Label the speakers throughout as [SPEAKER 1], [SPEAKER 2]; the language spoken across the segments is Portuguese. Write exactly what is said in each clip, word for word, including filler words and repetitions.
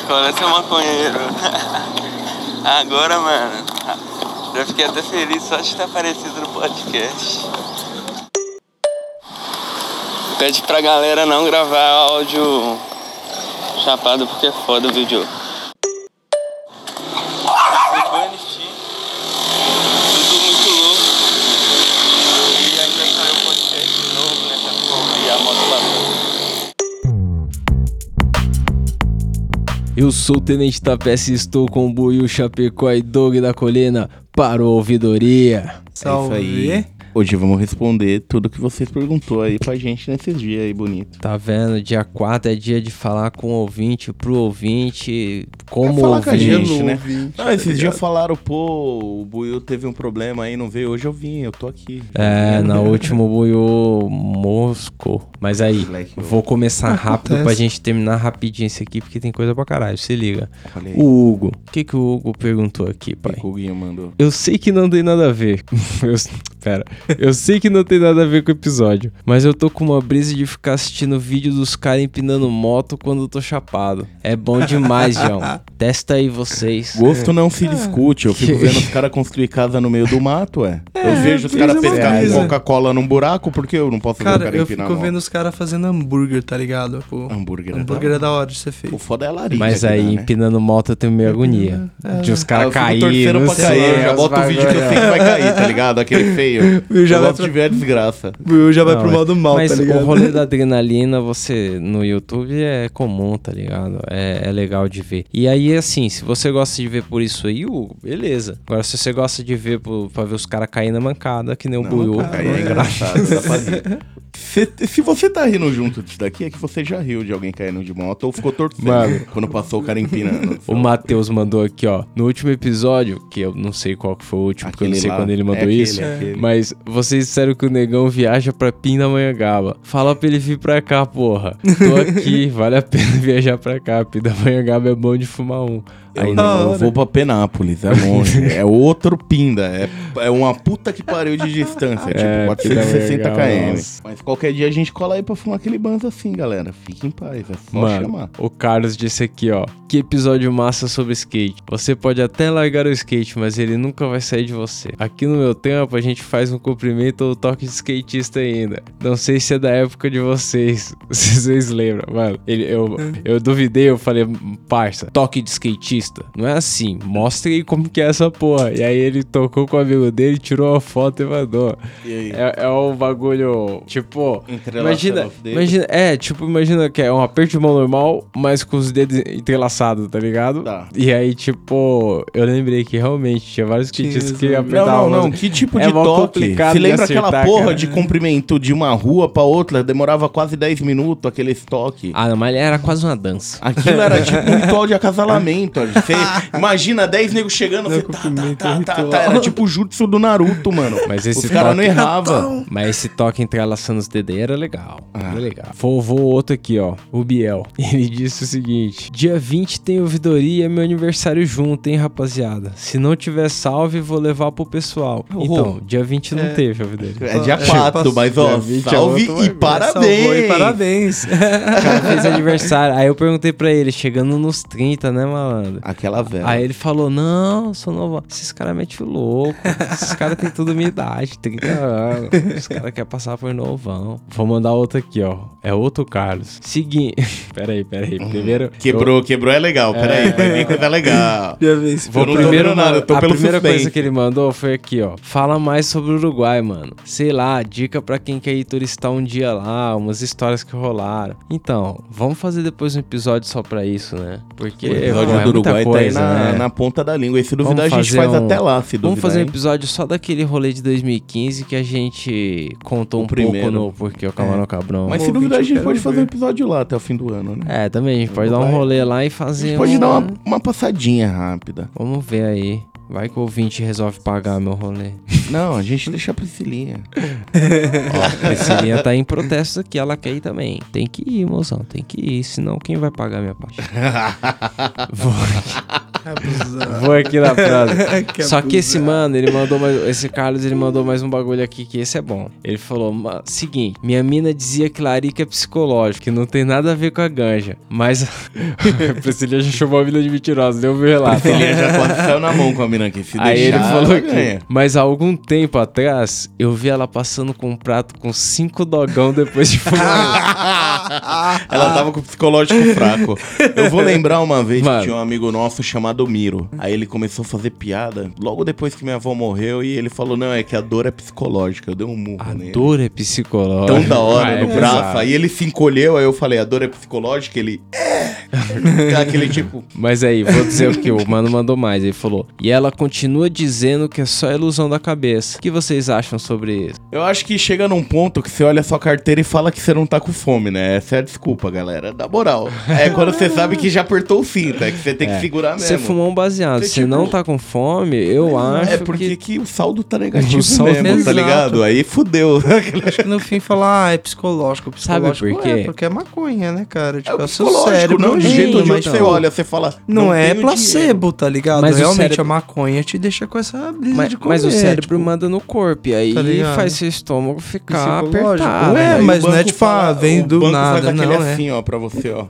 [SPEAKER 1] escola é ser maconheiro. Agora, mano, já fiquei até feliz só de ter aparecido no podcast. Pede pra galera não gravar áudio chapado porque é foda o vídeo. Tudo muito louco. E ainda saiu um podcast novo nessa porra e a moto passou.
[SPEAKER 2] Eu sou o Tenente Tapece e estou com o Buiu, Chapecó e Doug da Colina para o Ouvidoria.
[SPEAKER 3] Salve.
[SPEAKER 4] É isso aí. Hoje vamos responder tudo que vocês perguntou aí pra gente nesses dias aí, bonito.
[SPEAKER 2] Tá vendo? Dia quatro é dia de falar com o ouvinte, pro ouvinte, como
[SPEAKER 4] é falar com a
[SPEAKER 2] ouvinte,
[SPEAKER 4] gente, né?
[SPEAKER 3] ouvinte,
[SPEAKER 4] Não,
[SPEAKER 3] tá
[SPEAKER 4] esses
[SPEAKER 3] ligado?
[SPEAKER 4] dias falaram, pô, o Buiu teve um problema aí, não veio. Hoje eu vim, eu tô aqui.
[SPEAKER 2] É, na última o Buiu moscou. Mas aí,
[SPEAKER 4] Moleque, eu-
[SPEAKER 2] vou começar rápido
[SPEAKER 3] Acontece.
[SPEAKER 2] pra gente terminar rapidinho isso aqui, porque tem coisa pra caralho, se liga.
[SPEAKER 4] Olha aí,
[SPEAKER 2] O Hugo, o que que o Hugo perguntou aqui,
[SPEAKER 4] o
[SPEAKER 2] pai?
[SPEAKER 4] que o Guinho mandou.
[SPEAKER 2] Eu sei que não tem nada a ver. Eu, pera. Eu sei que não tem nada a ver com o episódio. Mas eu tô com uma brisa de ficar assistindo vídeo dos caras empinando moto quando eu tô chapado. É bom demais, João. Testa aí vocês.
[SPEAKER 4] Gosto não se discute, eu fico vendo os caras construir casa no meio do mato, é. Eu vejo os
[SPEAKER 3] brisa
[SPEAKER 4] caras
[SPEAKER 3] é uma
[SPEAKER 4] pescar
[SPEAKER 3] brisa.
[SPEAKER 4] com Coca-Cola num buraco, por que eu não posso ver o
[SPEAKER 3] Cara,
[SPEAKER 4] cara
[SPEAKER 3] eu
[SPEAKER 4] empinar
[SPEAKER 3] fico
[SPEAKER 4] a moto?
[SPEAKER 3] vendo os caras fazendo hambúrguer, tá ligado? Pô,
[SPEAKER 4] Hambúrguer é
[SPEAKER 3] hambúrguer
[SPEAKER 4] da
[SPEAKER 3] é da hora de ser feito.
[SPEAKER 4] O foda é a larica.
[SPEAKER 2] Mas
[SPEAKER 4] que
[SPEAKER 2] aí,
[SPEAKER 4] dá, né?
[SPEAKER 2] empinando moto, eu tenho meio agonia.
[SPEAKER 3] É.
[SPEAKER 2] De os
[SPEAKER 4] Ah,
[SPEAKER 2] caras
[SPEAKER 4] eu fico
[SPEAKER 2] caírem.
[SPEAKER 4] torcendo pra
[SPEAKER 2] não sei,
[SPEAKER 4] cair, eu já
[SPEAKER 2] os
[SPEAKER 4] boto o vídeo que eu
[SPEAKER 2] bagulho.
[SPEAKER 4] sei que vai cair, tá ligado? Aquele feio.
[SPEAKER 3] Eu já
[SPEAKER 4] eu
[SPEAKER 3] vai
[SPEAKER 4] gosto
[SPEAKER 3] pra-
[SPEAKER 4] de ver a desgraça.
[SPEAKER 3] Eu já vai
[SPEAKER 2] Não,
[SPEAKER 3] pro
[SPEAKER 2] é-
[SPEAKER 3] modo mal,
[SPEAKER 2] Mas
[SPEAKER 3] tá
[SPEAKER 2] o
[SPEAKER 3] ligado?
[SPEAKER 2] rolê da adrenalina, você no YouTube é comum, tá ligado? É, é legal de ver. E aí, assim, se você gosta de ver por isso aí, Hugo, beleza. Agora, se você gosta de ver por, pra ver os caras cair na mancada, que nem o Buiu.
[SPEAKER 4] Não, aí é engraçado, dá pra rir. Se, se você tá rindo junto disso daqui, é que você já riu de alguém caindo de moto ou ficou torcendo
[SPEAKER 2] Mano.
[SPEAKER 4] quando passou o cara empinando.
[SPEAKER 2] O Matheus mandou aqui, ó. No último episódio, que eu não sei qual que foi o último, porque eu não
[SPEAKER 4] Aquele
[SPEAKER 2] sei
[SPEAKER 4] lá.
[SPEAKER 2] quando ele
[SPEAKER 4] É
[SPEAKER 2] mandou
[SPEAKER 4] aquele,
[SPEAKER 2] isso.
[SPEAKER 4] é aquele.
[SPEAKER 2] Mas vocês disseram que o negão viaja pra Pindamonhangaba. Fala pra ele vir pra cá, porra. Tô aqui, vale a pena viajar pra cá. Pindamonhangaba é bom de fumar um. Aí
[SPEAKER 4] Eu,
[SPEAKER 2] não.
[SPEAKER 4] não, eu vou pra Penápolis, é longe. É outro pinda. É, é uma puta que pariu de distância.
[SPEAKER 2] É,
[SPEAKER 4] tipo, quatrocentos e sessenta
[SPEAKER 2] Pindamonhangaba,
[SPEAKER 4] quilômetros. Mas qualquer dia a gente cola aí pra fumar aquele banzo assim, galera. Fique em paz, é só
[SPEAKER 2] Mano,
[SPEAKER 4] chamar.
[SPEAKER 2] o Carlos disse aqui, ó. Que episódio massa sobre skate. Você pode até largar o skate, mas ele nunca vai sair de você. Aqui no meu tempo, a gente faz um cumprimento ou toque de skatista ainda. Não sei se é da época de vocês. Se vocês lembram, mano. Ele, eu, eu duvidei, eu falei, parça, toque de skatista. Não é assim. Mostre aí como que é essa porra. E aí ele tocou com o amigo dele, tirou a foto e mandou.
[SPEAKER 4] E aí?
[SPEAKER 2] É, é um bagulho, tipo...
[SPEAKER 4] Entrelaça
[SPEAKER 2] Imagina,
[SPEAKER 4] os dedos.
[SPEAKER 2] imagina, é, tipo, imagina que é um aperto de mão normal, mas com os dedos entrelaçados, tá ligado?
[SPEAKER 4] Tá.
[SPEAKER 2] E aí, tipo, eu lembrei que realmente tinha vários skatistas que
[SPEAKER 3] Tinha,
[SPEAKER 2] apertavam.
[SPEAKER 4] Não, não, não. Que tipo
[SPEAKER 2] É
[SPEAKER 4] de
[SPEAKER 2] mó
[SPEAKER 4] toque?
[SPEAKER 2] complicado
[SPEAKER 4] Você
[SPEAKER 2] de
[SPEAKER 4] lembra
[SPEAKER 2] acertar,
[SPEAKER 4] aquela porra
[SPEAKER 2] cara.
[SPEAKER 4] de comprimento de uma rua pra outra? Demorava quase dez minutos aquele toque.
[SPEAKER 2] Ah, não, mas era quase uma dança.
[SPEAKER 4] Aquilo era tipo um ritual de acasalamento. Você imagina dez negros chegando, você tá, tá,
[SPEAKER 3] cumprimento
[SPEAKER 4] tá, tá,
[SPEAKER 3] ritual.
[SPEAKER 4] tá. Era tipo o jutsu do Naruto, mano.
[SPEAKER 2] Mas esse
[SPEAKER 4] Os caras não
[SPEAKER 2] toque-
[SPEAKER 4] erravam.
[SPEAKER 2] Mas esse toque entrelaçando os dedos aí era legal.
[SPEAKER 4] Ah.
[SPEAKER 2] Era legal. Vou, vou outro aqui, ó. O Biel. Ele disse o seguinte: dia vinte tem ouvidoria e é meu aniversário junto, hein, rapaziada? Se não tiver salve, vou levar pro pessoal.
[SPEAKER 4] Oh.
[SPEAKER 2] Então, dia vinte não teve ouvidoria.
[SPEAKER 4] É dia
[SPEAKER 3] É,
[SPEAKER 4] quatro, mas ó,
[SPEAKER 2] dia vinte é
[SPEAKER 4] salve
[SPEAKER 2] outro
[SPEAKER 4] e
[SPEAKER 2] bagulho.
[SPEAKER 4] parabéns.
[SPEAKER 3] Salvou e parabéns.
[SPEAKER 2] O cara fez aniversário. Aí eu perguntei pra ele, chegando nos trinta, né, malandro?
[SPEAKER 4] Aquela velha.
[SPEAKER 2] Aí ele falou, não, sou novo. Esses caras metem o louco. Esses caras têm tudo minha idade, trinta anos. Os caras querem passar por novão. Vou mandar outro aqui, ó. É outro Carlos. Seguinte. Peraí, peraí. Primeiro.
[SPEAKER 4] Quebrou, quebrou é legal. Peraí, vai vir coisa legal.
[SPEAKER 3] Já vi esse
[SPEAKER 2] Vou
[SPEAKER 4] Eu não tô
[SPEAKER 2] primeiro,
[SPEAKER 4] vendo nada, eu tô
[SPEAKER 2] a
[SPEAKER 4] pelo
[SPEAKER 2] primeira
[SPEAKER 4] suspense.
[SPEAKER 2] coisa que ele mandou foi aqui, ó. Fala mais sobre o Uruguai, mano. Sei lá, dica pra quem quer ir turistar um dia lá, umas histórias que rolaram. Então, vamos fazer depois um episódio só pra isso, né? Porque
[SPEAKER 4] O episódio
[SPEAKER 2] pô, é
[SPEAKER 4] do
[SPEAKER 2] muita
[SPEAKER 4] Uruguai
[SPEAKER 2] coisa,
[SPEAKER 4] tá aí na,
[SPEAKER 2] né?
[SPEAKER 4] na ponta da língua. E se duvidar, a
[SPEAKER 2] Vamos
[SPEAKER 4] gente
[SPEAKER 2] fazer
[SPEAKER 4] faz
[SPEAKER 2] um-
[SPEAKER 4] até lá, se duvidar.
[SPEAKER 2] Vamos fazer um
[SPEAKER 4] hein?
[SPEAKER 2] episódio só daquele rolê de dois mil e quinze que a gente contou
[SPEAKER 4] O
[SPEAKER 2] um
[SPEAKER 4] primeiro.
[SPEAKER 2] pouco no Porque o Camarão Cabrão.
[SPEAKER 4] Mas se
[SPEAKER 3] Ouvinte,
[SPEAKER 4] duvidar, a
[SPEAKER 3] eu
[SPEAKER 4] gente
[SPEAKER 3] quero
[SPEAKER 4] pode fazer um
[SPEAKER 3] ver.
[SPEAKER 4] episódio lá até o fim do ano, né?
[SPEAKER 2] É, também, a gente pode dar um
[SPEAKER 4] Vai.
[SPEAKER 2] rolê lá e
[SPEAKER 4] A
[SPEAKER 2] fazer
[SPEAKER 4] gente pode
[SPEAKER 2] um...
[SPEAKER 4] dar uma, uma passadinha rápida.
[SPEAKER 2] Vamos ver aí. Vai que o ouvinte resolve pagar meu rolê.
[SPEAKER 4] Não, a gente deixa a Priscilinha.
[SPEAKER 2] Ó, a Priscilinha tá em protesto aqui, ela quer ir também. Tem que ir, mozão, tem que ir, senão quem vai pagar minha parte? Vou...
[SPEAKER 3] Abusado.
[SPEAKER 2] Vou aqui na frase.
[SPEAKER 3] Que
[SPEAKER 2] Só que esse
[SPEAKER 3] abusado.
[SPEAKER 2] mano, ele mandou mais. Esse Carlos, ele mandou mais um bagulho aqui que esse é bom. Ele falou: "Ma- seguinte, minha mina dizia que larica é psicológico, que não tem nada a ver com a ganja. Mas. A Priscilia já chamou a mina de mentirosa, deu o meu relato. ó.
[SPEAKER 4] Priscilia já quase saiu na mão com a mina aqui. Se
[SPEAKER 2] Aí ele
[SPEAKER 4] deixar,
[SPEAKER 2] falou
[SPEAKER 4] ela
[SPEAKER 2] que.
[SPEAKER 4] ganha.
[SPEAKER 2] Mas há algum tempo atrás, eu vi ela passando com um prato com cinco dogão depois de fumar.
[SPEAKER 4] Ela tava com o psicológico fraco. Eu vou lembrar uma vez
[SPEAKER 2] Mano.
[SPEAKER 4] que tinha um amigo nosso chamado Miro. Aí ele começou a fazer piada logo depois que minha avó morreu e ele falou: não, é que a dor é psicológica. Eu dei um murro
[SPEAKER 2] A
[SPEAKER 4] nele.
[SPEAKER 2] dor é psicológica.
[SPEAKER 4] Tão da hora
[SPEAKER 2] Ah,
[SPEAKER 4] no
[SPEAKER 2] é
[SPEAKER 4] braço.
[SPEAKER 2] pesado.
[SPEAKER 4] Aí ele se encolheu, aí eu falei: a dor é psicológica? Ele. É! Aquele tipo.
[SPEAKER 2] Mas aí, vou dizer o que o mano mandou mais. Ele falou: e ela continua dizendo que é só ilusão da cabeça. O que vocês acham sobre isso?
[SPEAKER 4] Eu acho que chega num ponto que você olha a sua carteira e fala que você não tá com fome, né? Essa é a desculpa, galera. Da moral. É quando você sabe que já apertou o cinto, é que você tem que segurar mesmo.
[SPEAKER 2] Você fumou um baseado,
[SPEAKER 4] Você,
[SPEAKER 2] você
[SPEAKER 4] tipo,
[SPEAKER 2] não tá com fome, eu acho
[SPEAKER 4] É porque
[SPEAKER 2] que...
[SPEAKER 4] que... o saldo tá negativo
[SPEAKER 2] O saldo
[SPEAKER 4] mesmo,
[SPEAKER 3] exato.
[SPEAKER 4] tá ligado? Aí fudeu.
[SPEAKER 3] Acho que no fim falar, ah, é psicológico.
[SPEAKER 2] Sabe
[SPEAKER 3] psicológico
[SPEAKER 2] por quê?
[SPEAKER 3] É, porque é maconha, né, cara?
[SPEAKER 4] É
[SPEAKER 3] Tipo,
[SPEAKER 4] o
[SPEAKER 3] é seu
[SPEAKER 4] psicológico,
[SPEAKER 3] cérebro.
[SPEAKER 4] não de
[SPEAKER 3] Sim,
[SPEAKER 4] jeito onde
[SPEAKER 3] mas
[SPEAKER 4] você
[SPEAKER 3] não.
[SPEAKER 4] olha, você fala...
[SPEAKER 3] Não, é
[SPEAKER 4] tenho
[SPEAKER 3] placebo, tá ligado?
[SPEAKER 2] Mas o
[SPEAKER 3] Realmente
[SPEAKER 2] cérebro-
[SPEAKER 3] a maconha te deixa com essa brisa
[SPEAKER 2] Mas,
[SPEAKER 3] de comer.
[SPEAKER 2] mas o cérebro
[SPEAKER 3] tipo,
[SPEAKER 2] manda no corpo, e aí
[SPEAKER 3] Tá ligado?
[SPEAKER 2] faz seu estômago ficar
[SPEAKER 3] psicológico.
[SPEAKER 2] apertado.
[SPEAKER 3] Ué,
[SPEAKER 4] Aí o
[SPEAKER 3] mas não é
[SPEAKER 4] banco
[SPEAKER 3] tipo, ah,
[SPEAKER 4] fala-
[SPEAKER 3] vem
[SPEAKER 4] o
[SPEAKER 3] do
[SPEAKER 4] banco
[SPEAKER 3] nada,
[SPEAKER 4] faz aquele
[SPEAKER 3] não, é.
[SPEAKER 4] assim, ó, pra você, ó.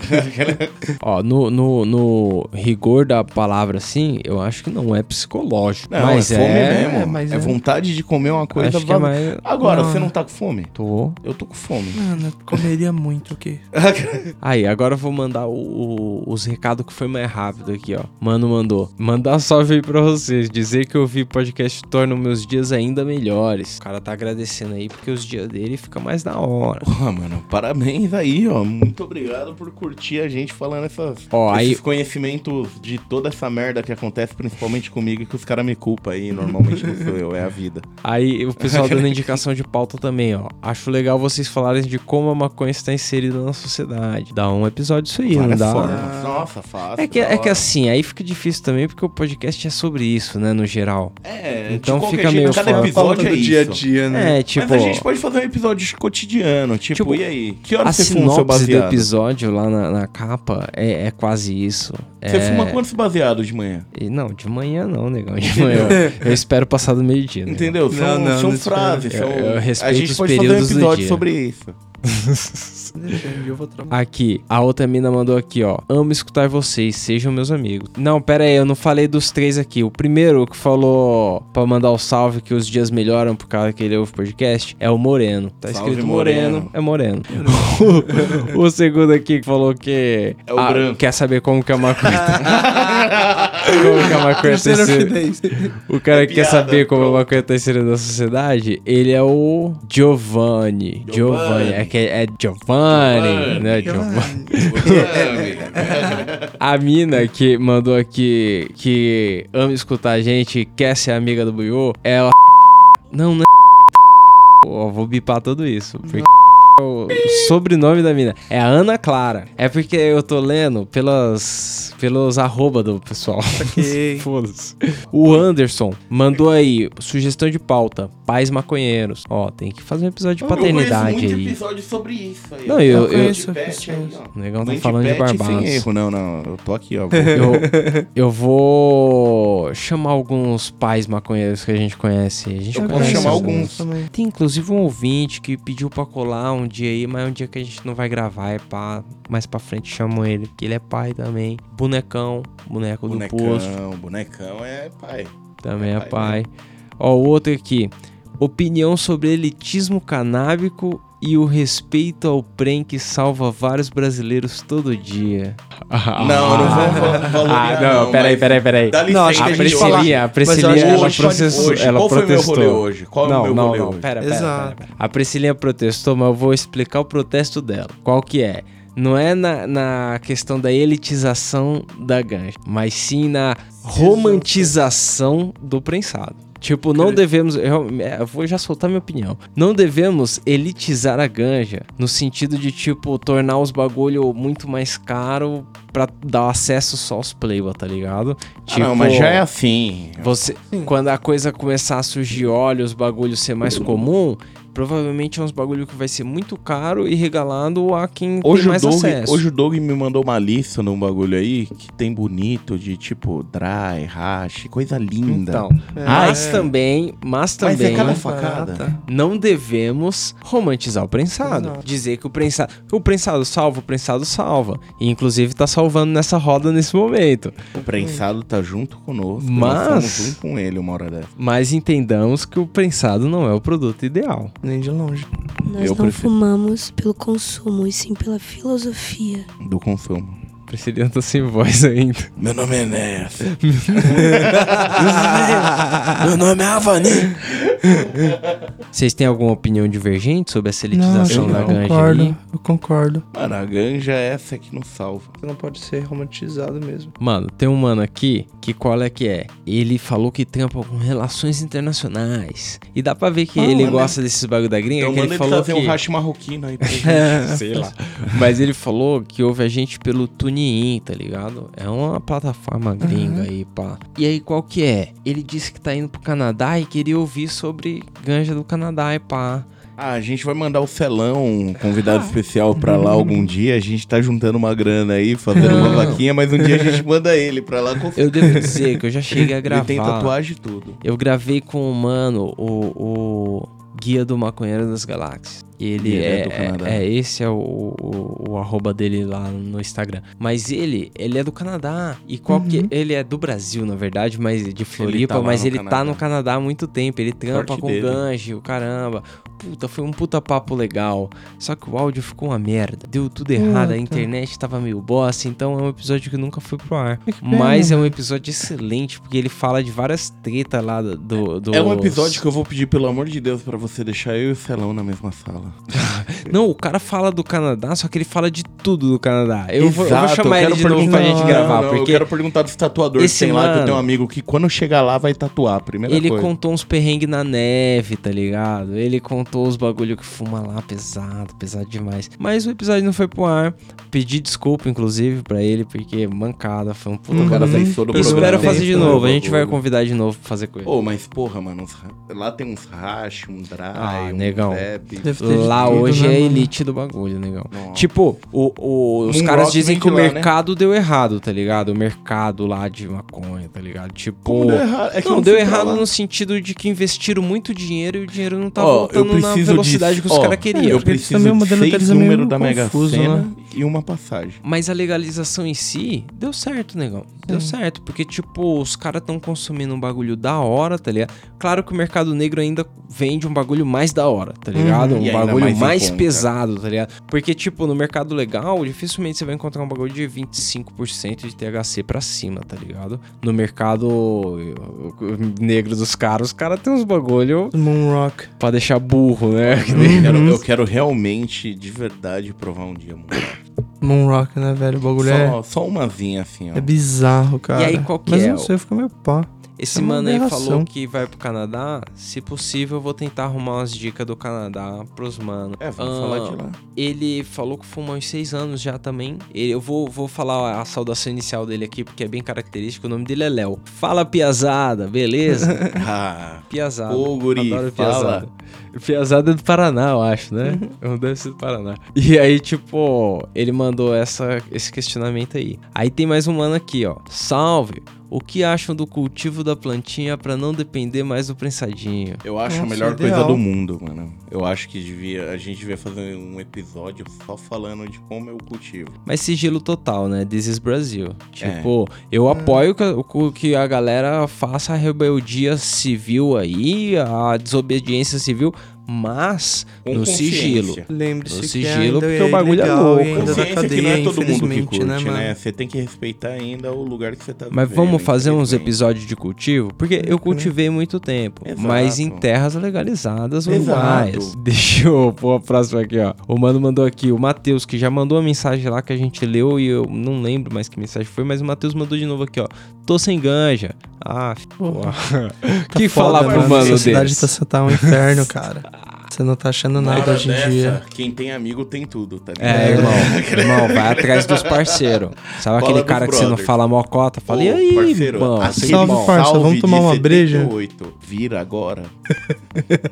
[SPEAKER 2] Ó, no, no, no rigor da palavra, assim, eu acho que não é psicológico.
[SPEAKER 4] Não,
[SPEAKER 2] mas
[SPEAKER 4] é fome
[SPEAKER 2] é...
[SPEAKER 4] mesmo.
[SPEAKER 3] é, mas
[SPEAKER 4] é
[SPEAKER 3] é.
[SPEAKER 4] vontade de comer uma coisa...
[SPEAKER 2] Acho que é
[SPEAKER 4] vaga-
[SPEAKER 2] mais...
[SPEAKER 4] Agora,
[SPEAKER 3] Não,
[SPEAKER 4] você
[SPEAKER 3] é.
[SPEAKER 4] não tá com fome?
[SPEAKER 2] Tô.
[SPEAKER 4] Eu tô com fome.
[SPEAKER 3] Mano, eu comeria muito aqui.
[SPEAKER 2] Aí, agora eu vou mandar o- o- os recados que foi mais rápido aqui, ó. Mano mandou. Mandar um salve aí pra vocês. Dizer que eu vi podcast torna meus dias ainda melhores. O cara tá agradecendo aí porque os dias dele ficam mais da hora.
[SPEAKER 4] Porra, mano, parabéns aí, ó. Muito obrigado por curtir a gente falando essas,
[SPEAKER 2] Ó,
[SPEAKER 4] esses
[SPEAKER 2] aí-
[SPEAKER 4] conhecimentos de toda essa merda que acontece, principalmente comigo, e que os caras me culpam aí. Normalmente não sou eu, é a vida.
[SPEAKER 2] Aí o pessoal dando indicação de pauta também, ó. Acho legal vocês falarem de como a maconha está inserida na sociedade. Dá um episódio disso aí, não
[SPEAKER 4] Várias
[SPEAKER 2] dá?
[SPEAKER 4] formas. Nossa, fácil.
[SPEAKER 2] É que,
[SPEAKER 4] da
[SPEAKER 2] é que
[SPEAKER 4] hora.
[SPEAKER 2] assim, aí fica difícil também porque o podcast é sobre isso, né, no geral.
[SPEAKER 4] É,
[SPEAKER 2] Então
[SPEAKER 4] de qualquer
[SPEAKER 2] fica
[SPEAKER 4] jeito,
[SPEAKER 2] meio
[SPEAKER 4] cada
[SPEAKER 2] foda.
[SPEAKER 4] episódio é
[SPEAKER 3] do
[SPEAKER 4] isso.
[SPEAKER 3] dia a dia, né?
[SPEAKER 2] É, tipo...
[SPEAKER 4] Mas a gente pode fazer um episódio cotidiano, tipo,
[SPEAKER 2] Tipo,
[SPEAKER 4] e aí? Que hora
[SPEAKER 2] A
[SPEAKER 4] você fuma o seu
[SPEAKER 2] sinopse do
[SPEAKER 4] baseado?
[SPEAKER 2] episódio lá na, na capa é, é quase isso.
[SPEAKER 4] Você
[SPEAKER 2] é...
[SPEAKER 4] fuma quantos baseados de manhã?
[SPEAKER 2] E não, de manhã não, negão. De manhã. Eu espero passar do meio-dia. Né?
[SPEAKER 4] Entendeu? São,
[SPEAKER 3] Não, não,
[SPEAKER 4] são
[SPEAKER 3] não
[SPEAKER 4] frases.
[SPEAKER 2] Eu-
[SPEAKER 4] São...
[SPEAKER 2] eu respeito
[SPEAKER 4] a gente
[SPEAKER 2] os
[SPEAKER 4] pode fazer um
[SPEAKER 2] períodos do
[SPEAKER 4] episódio
[SPEAKER 2] dia.
[SPEAKER 4] sobre isso.
[SPEAKER 3] Deixa eu, eu vou trabalhar.
[SPEAKER 2] Aqui, a outra mina mandou aqui, ó. Amo escutar vocês, sejam meus amigos. Não, pera aí, eu não falei dos três aqui. O primeiro que falou pra mandar o salve que os dias melhoram por causa que ele ouve podcast é o Moreno. Tá
[SPEAKER 4] Salve,
[SPEAKER 2] escrito
[SPEAKER 4] Moreno.
[SPEAKER 2] Moreno, é Moreno. o, o segundo aqui que falou que...
[SPEAKER 4] É o
[SPEAKER 2] ah,
[SPEAKER 4] branco.
[SPEAKER 2] quer saber como que a maconha... como que a maconha tá
[SPEAKER 3] Terceira
[SPEAKER 2] inserida...
[SPEAKER 3] vez.
[SPEAKER 2] O cara
[SPEAKER 4] É
[SPEAKER 2] que quer
[SPEAKER 4] piada,
[SPEAKER 2] saber como
[SPEAKER 4] pronto.
[SPEAKER 2] a maconha tá inserida na sociedade, ele é o Giovanni. Giovanni.
[SPEAKER 4] Giovanni.
[SPEAKER 2] É que é Giovanni,
[SPEAKER 4] Giovanni.
[SPEAKER 2] né? Giovanni. A mina que mandou aqui que ama escutar a gente e quer ser amiga do Buiô é o... Não, não é... Ó, vou bipar tudo isso, porque... O sobrenome da mina é a Ana Clara. É porque eu tô lendo pelas pelos arroba do pessoal.
[SPEAKER 3] Ok.
[SPEAKER 2] Foda-se. O Anderson mandou aí sugestão de pauta: pais maconheiros. Ó, tem que fazer um episódio de
[SPEAKER 4] Eu
[SPEAKER 2] paternidade
[SPEAKER 4] conheço muito
[SPEAKER 2] aí.
[SPEAKER 4] episódio sobre isso aí.
[SPEAKER 2] Não, eu-
[SPEAKER 3] eu conheço,
[SPEAKER 4] De
[SPEAKER 3] eu
[SPEAKER 4] pet aí,
[SPEAKER 3] conheço.
[SPEAKER 4] ó.
[SPEAKER 2] O negão tá
[SPEAKER 4] Mãe
[SPEAKER 2] falando de
[SPEAKER 4] pet sem
[SPEAKER 2] Barbados.
[SPEAKER 4] erro, não, não. Eu tô aqui, ó.
[SPEAKER 2] Eu, eu vou chamar alguns pais maconheiros que a gente conhece. A gente
[SPEAKER 4] Eu
[SPEAKER 2] já
[SPEAKER 4] posso
[SPEAKER 2] conhece
[SPEAKER 4] chamar
[SPEAKER 2] alguns.
[SPEAKER 4] alguns.
[SPEAKER 3] Também.
[SPEAKER 2] Tem inclusive um ouvinte que pediu pra colar um dia aí, mas é um dia que a gente não vai gravar, é pá. Mais pra frente chamam ele, porque ele é pai também. Bonecão, boneco do posto,
[SPEAKER 4] Bonecão, bonecão é pai.
[SPEAKER 2] também
[SPEAKER 4] é
[SPEAKER 2] é
[SPEAKER 4] pai
[SPEAKER 2] pai. Ó, o outro aqui. Opinião sobre elitismo canábico e o respeito ao prem que salva vários brasileiros todo dia.
[SPEAKER 4] Não, não vou val- valorizar,
[SPEAKER 2] Ah, não,
[SPEAKER 4] não,
[SPEAKER 2] peraí,
[SPEAKER 4] mas
[SPEAKER 2] peraí, peraí.
[SPEAKER 4] Dá licença,
[SPEAKER 3] Não, acho que
[SPEAKER 2] A
[SPEAKER 3] a gente
[SPEAKER 2] Priscilinha,
[SPEAKER 3] fala-
[SPEAKER 2] a
[SPEAKER 3] Mas eu
[SPEAKER 2] Priscilinha,
[SPEAKER 3] acho que
[SPEAKER 2] ela
[SPEAKER 3] hoje-
[SPEAKER 2] processou,
[SPEAKER 4] hoje,
[SPEAKER 2] ela
[SPEAKER 4] qual foi meu
[SPEAKER 2] protestou.
[SPEAKER 4] rolê hoje? Qual é o
[SPEAKER 2] não,
[SPEAKER 4] meu
[SPEAKER 2] não,
[SPEAKER 4] rolê
[SPEAKER 2] não,
[SPEAKER 4] hoje?
[SPEAKER 2] pera, pera,
[SPEAKER 3] Exato.
[SPEAKER 2] pera, pera. A Priscilinha protestou, mas eu vou explicar o protesto dela. Qual que é? Não é na, na questão da elitização da ganja, mas sim na romantização do prensado. Tipo, não devemos... Eu, eu vou já soltar minha opinião. Não devemos elitizar a ganja no sentido de, tipo, tornar os bagulho muito mais caro pra dar acesso só aos playboy, tá ligado?
[SPEAKER 4] Ah, não, mas já é assim.
[SPEAKER 2] Você, quando a coisa começar a surgir óleo, os bagulhos ser mais comum, provavelmente é uns bagulho que vai ser muito caro e regalado a quem
[SPEAKER 4] Hoje
[SPEAKER 2] tem
[SPEAKER 4] o,
[SPEAKER 2] mais
[SPEAKER 4] Doug,
[SPEAKER 2] acesso.
[SPEAKER 4] hoje o Doug me mandou uma lista num bagulho aí que tem bonito de tipo dry, hash, coisa linda.
[SPEAKER 2] Então,
[SPEAKER 3] É.
[SPEAKER 2] mas
[SPEAKER 4] É.
[SPEAKER 2] também, mas
[SPEAKER 4] Mas é
[SPEAKER 2] também
[SPEAKER 4] cada
[SPEAKER 3] mais
[SPEAKER 4] facada.
[SPEAKER 3] barata.
[SPEAKER 2] não devemos romantizar o prensado.
[SPEAKER 3] Exato.
[SPEAKER 2] Dizer que o prensado, o prensado salva, o prensado salva. E inclusive tá salvando nessa roda nesse momento.
[SPEAKER 4] O prensado tá junto conosco.
[SPEAKER 2] Mas-
[SPEAKER 4] Nós estamos junto com ele uma hora dessa.
[SPEAKER 2] Mas entendamos que o prensado não é o produto ideal.
[SPEAKER 3] Nem de longe.
[SPEAKER 5] Nós
[SPEAKER 4] Eu
[SPEAKER 5] não
[SPEAKER 4] prefiro.
[SPEAKER 5] fumamos pelo consumo, e sim ppela filosofia.
[SPEAKER 4] Do consumo.
[SPEAKER 2] Priscilinha tá sem voz ainda.
[SPEAKER 4] Meu nome é Enéas.
[SPEAKER 3] Meu nome é Avani.
[SPEAKER 2] Vocês têm alguma opinião divergente sobre a
[SPEAKER 3] Não,
[SPEAKER 2] seletização
[SPEAKER 3] eu
[SPEAKER 2] da ganja
[SPEAKER 3] concordo.
[SPEAKER 2] aí?
[SPEAKER 3] Eu concordo.
[SPEAKER 4] Mano, a ganja é essa que nos salva.
[SPEAKER 3] Você não pode ser romantizado mesmo.
[SPEAKER 2] Mano, tem um mano aqui que qual é que é? Ele falou que trampa com relações internacionais. E dá pra ver que
[SPEAKER 3] Ah,
[SPEAKER 2] ele
[SPEAKER 4] mano.
[SPEAKER 2] gosta desses bagulho da gringa,
[SPEAKER 4] Então
[SPEAKER 2] que
[SPEAKER 4] manda
[SPEAKER 2] ele
[SPEAKER 4] ele
[SPEAKER 2] falou
[SPEAKER 4] fazer
[SPEAKER 2] que...
[SPEAKER 4] um hash marroquino aí pra gente.
[SPEAKER 2] Sei lá. Mas ele falou que ouve a gente pelo TuneIn, tá ligado? É uma plataforma gringa aí, pá. E aí, qual que é? Ele disse que tá indo pro Canadá e queria ouvir sobre ganja do Canadá e pá.
[SPEAKER 4] Ah, a gente vai mandar o Celão, um convidado especial pra lá algum dia. A gente tá juntando uma grana aí, fazendo uma
[SPEAKER 2] Não.
[SPEAKER 4] vaquinha, mas um dia a gente manda ele pra lá com
[SPEAKER 2] Eu devo dizer que eu já cheguei a gravar.
[SPEAKER 4] Ele tem tatuagem e tudo.
[SPEAKER 2] Eu gravei com o mano, o, o Guia do Maconheiro das Galáxias. Ele
[SPEAKER 4] E ele é
[SPEAKER 2] é,
[SPEAKER 4] do Canadá.
[SPEAKER 2] é, é, esse é o, o, o arroba dele lá no Instagram. Mas ele, ele é do Canadá. E qual que, ele é do Brasil, na verdade, mas de Floripa,
[SPEAKER 4] tá lá
[SPEAKER 2] mas
[SPEAKER 4] no
[SPEAKER 2] ele
[SPEAKER 4] Canadá.
[SPEAKER 2] tá no Canadá há muito tempo. Ele trampa
[SPEAKER 4] Sorte
[SPEAKER 2] com
[SPEAKER 4] dele.
[SPEAKER 2] ganja, o caramba. Puta, foi um puta papo legal. Só que o áudio ficou uma merda. Deu tudo errado, a
[SPEAKER 3] Puta.
[SPEAKER 2] internet tava meio bosta. Então é um episódio que nunca foi pro ar.
[SPEAKER 3] Que pena.
[SPEAKER 2] Mas é um episódio excelente, porque ele fala de várias tretas lá do, do...
[SPEAKER 4] É um episódio que eu vou pedir, pelo amor de Deus, pra você deixar eu e o Celão na mesma sala.
[SPEAKER 2] Não, o cara fala do Canadá, só que ele fala de tudo do Canadá. Eu, vou, eu vou
[SPEAKER 4] Exato,
[SPEAKER 2] chamar
[SPEAKER 4] eu
[SPEAKER 2] ele
[SPEAKER 4] quero
[SPEAKER 2] de novo pra
[SPEAKER 4] perguntar-
[SPEAKER 2] gente gravar,
[SPEAKER 4] Não,
[SPEAKER 2] porque
[SPEAKER 4] eu quero perguntar dos tatuadores
[SPEAKER 2] esse
[SPEAKER 4] que tem lá, que eu
[SPEAKER 2] mano-
[SPEAKER 4] tenho um amigo que quando chegar lá vai tatuar, a primeira
[SPEAKER 2] ele
[SPEAKER 4] coisa.
[SPEAKER 2] contou uns perrengues na neve, tá ligado? Ele contou os bagulho que fuma lá pesado, pesado demais. Mas o episódio não foi pro ar. Pedi desculpa, inclusive, pra ele, porque mancada, foi um puta
[SPEAKER 3] Uhum.
[SPEAKER 4] O cara
[SPEAKER 2] cara.
[SPEAKER 4] fez todo o
[SPEAKER 2] E espero
[SPEAKER 4] programa.
[SPEAKER 2] fazer de
[SPEAKER 3] Tem,
[SPEAKER 2] novo. A
[SPEAKER 4] né,
[SPEAKER 2] gente vai
[SPEAKER 4] bagulho.
[SPEAKER 2] convidar de novo pra fazer com ele.
[SPEAKER 4] Ô, mas porra, mano, uns- lá tem uns hash, um dry,
[SPEAKER 2] Ah,
[SPEAKER 4] um
[SPEAKER 2] negão.
[SPEAKER 4] vape.
[SPEAKER 3] Deve ter de
[SPEAKER 2] Lá
[SPEAKER 3] tudo,
[SPEAKER 2] hoje
[SPEAKER 3] né,
[SPEAKER 2] é
[SPEAKER 3] mano?
[SPEAKER 2] elite do bagulho, negão.
[SPEAKER 4] Nossa.
[SPEAKER 2] Tipo, o, o- os
[SPEAKER 4] Moonrock
[SPEAKER 2] caras dizem
[SPEAKER 4] vem
[SPEAKER 2] que o
[SPEAKER 4] de lá, né?
[SPEAKER 2] mercado deu errado, tá ligado? O mercado lá de maconha, tá ligado? Tipo.
[SPEAKER 4] Como deu errado? É que eu
[SPEAKER 2] não,
[SPEAKER 4] não
[SPEAKER 2] deu
[SPEAKER 4] fui pra
[SPEAKER 2] errado
[SPEAKER 4] lá.
[SPEAKER 2] no sentido de que investiram muito dinheiro e o dinheiro não tá
[SPEAKER 4] Ó, eu
[SPEAKER 2] voltando na
[SPEAKER 4] preciso
[SPEAKER 2] velocidade
[SPEAKER 4] de-
[SPEAKER 2] que os
[SPEAKER 4] ó,
[SPEAKER 2] caras queriam.
[SPEAKER 4] Eu
[SPEAKER 3] Porque
[SPEAKER 4] preciso
[SPEAKER 3] também o
[SPEAKER 4] de
[SPEAKER 3] modelo
[SPEAKER 4] seis
[SPEAKER 3] deles é meio
[SPEAKER 4] números da Mega
[SPEAKER 3] confuso,
[SPEAKER 4] Sena
[SPEAKER 3] né?
[SPEAKER 4] e uma passagem.
[SPEAKER 2] Mas a legalização em si deu certo, negão. Deu certo, porque, tipo, os caras estão consumindo um bagulho da hora, tá ligado? Claro que o mercado negro ainda vende um bagulho mais da hora, tá ligado?
[SPEAKER 4] Uhum. E
[SPEAKER 2] Um
[SPEAKER 4] ainda
[SPEAKER 2] bagulho
[SPEAKER 4] mais
[SPEAKER 2] mais,
[SPEAKER 4] em conta.
[SPEAKER 2] pesado, tá ligado? Porque, tipo, no mercado legal, dificilmente você vai encontrar um bagulho de vinte e cinco por cento de T H C pra cima, tá ligado? No mercado negro dos caras, os caras têm uns bagulho
[SPEAKER 3] Moonrock.
[SPEAKER 2] pra deixar burro, né?
[SPEAKER 4] Eu quero, eu quero realmente, de verdade, provar um dia, mano.
[SPEAKER 3] Moonrock, né, velho? O bagulho é,
[SPEAKER 4] Só, só umazinha assim, ó.
[SPEAKER 3] é bizarro, cara.
[SPEAKER 2] E aí, qual que
[SPEAKER 3] Mas
[SPEAKER 2] é
[SPEAKER 3] eu não
[SPEAKER 2] o-
[SPEAKER 3] sei, eu fico meio pá.
[SPEAKER 2] Esse
[SPEAKER 3] É uma
[SPEAKER 2] mano aí
[SPEAKER 3] aberração.
[SPEAKER 2] falou que vai pro Canadá. Se possível, eu vou tentar arrumar umas dicas do Canadá pros mano.
[SPEAKER 4] É, vamos
[SPEAKER 2] Ah,
[SPEAKER 4] falar de lá.
[SPEAKER 2] Ele falou que fuma há uns seis anos já também. Ele- eu vou, vou falar a saudação inicial dele aqui, porque é bem característico. O nome dele é Léo. Fala, piazada, beleza?
[SPEAKER 4] Ah,
[SPEAKER 2] Piazada.
[SPEAKER 4] Ô, guri,
[SPEAKER 2] Adoro
[SPEAKER 4] fala.
[SPEAKER 2] piazada. Piazada é do Paraná, eu acho, né? Uhum. Deve ser do Paraná. E aí, tipo, ele mandou essa, esse questionamento aí. Aí tem mais um mano aqui, ó. Salve! O que acham do cultivo da plantinha pra não depender mais do prensadinho?
[SPEAKER 4] eu acho a
[SPEAKER 3] Nossa,
[SPEAKER 4] melhor
[SPEAKER 3] ideal.
[SPEAKER 4] coisa do mundo, mano. Eu acho que devia, a gente devia fazer um episódio só falando de como eu cultivo.
[SPEAKER 2] Mas sigilo total, né? This is Brasil. Tipo, eu apoio que, o- que a galera faça a rebeldia civil aí, a desobediência civil, mas
[SPEAKER 4] Com
[SPEAKER 2] no
[SPEAKER 4] consciência.
[SPEAKER 2] sigilo.
[SPEAKER 3] Lembre-se
[SPEAKER 2] No
[SPEAKER 3] que
[SPEAKER 2] sigilo,
[SPEAKER 3] ainda
[SPEAKER 2] porque o bagulho é
[SPEAKER 3] ilegal
[SPEAKER 2] louco.
[SPEAKER 3] e ainda da
[SPEAKER 4] Consciência que
[SPEAKER 3] cadeia,
[SPEAKER 4] não é todo mundo que
[SPEAKER 3] infelizmente,
[SPEAKER 4] curte,
[SPEAKER 3] né,
[SPEAKER 4] né?
[SPEAKER 3] mano?
[SPEAKER 4] Você tem que respeitar ainda o lugar que você tá
[SPEAKER 2] Mas
[SPEAKER 4] vivendo,
[SPEAKER 2] vamos fazer uns
[SPEAKER 4] infelizmente.
[SPEAKER 2] episódios de cultivo? Porque eu cultivei muito tempo,
[SPEAKER 4] Exato.
[SPEAKER 2] mas em terras legalizadas
[SPEAKER 4] Exato.
[SPEAKER 2] uruguaias. Deixa eu pôr a próxima aqui, ó. O mano mandou aqui, o Matheus, que já mandou uma mensagem lá que a gente leu e eu não lembro mais que mensagem foi, mas o Matheus mandou de novo aqui, ó. Tô sem ganja. Ah, porra. que falar
[SPEAKER 3] Foda,
[SPEAKER 2] pro
[SPEAKER 3] mano,
[SPEAKER 2] mano
[SPEAKER 3] A cidade
[SPEAKER 2] desse?
[SPEAKER 3] tá, tá um inferno, cara. Você não tá achando
[SPEAKER 4] Na
[SPEAKER 3] nada
[SPEAKER 4] hora
[SPEAKER 3] hoje em
[SPEAKER 4] dessa,
[SPEAKER 3] dia.
[SPEAKER 4] quem tem amigo tem tudo, tá ligado?
[SPEAKER 2] É, irmão, irmão, vai atrás dos parceiros. Sabe
[SPEAKER 4] Fala
[SPEAKER 2] aquele
[SPEAKER 4] dos
[SPEAKER 2] cara que você não
[SPEAKER 4] brothers.
[SPEAKER 2] fala mocota? Fala, e
[SPEAKER 4] Ô,
[SPEAKER 2] aí,
[SPEAKER 4] parceiro,
[SPEAKER 2] irmão?
[SPEAKER 4] aquele
[SPEAKER 3] Salve,
[SPEAKER 2] bom.
[SPEAKER 3] parça, vamos tomar
[SPEAKER 4] de
[SPEAKER 3] uma breja?
[SPEAKER 4] setenta e oito, vira agora.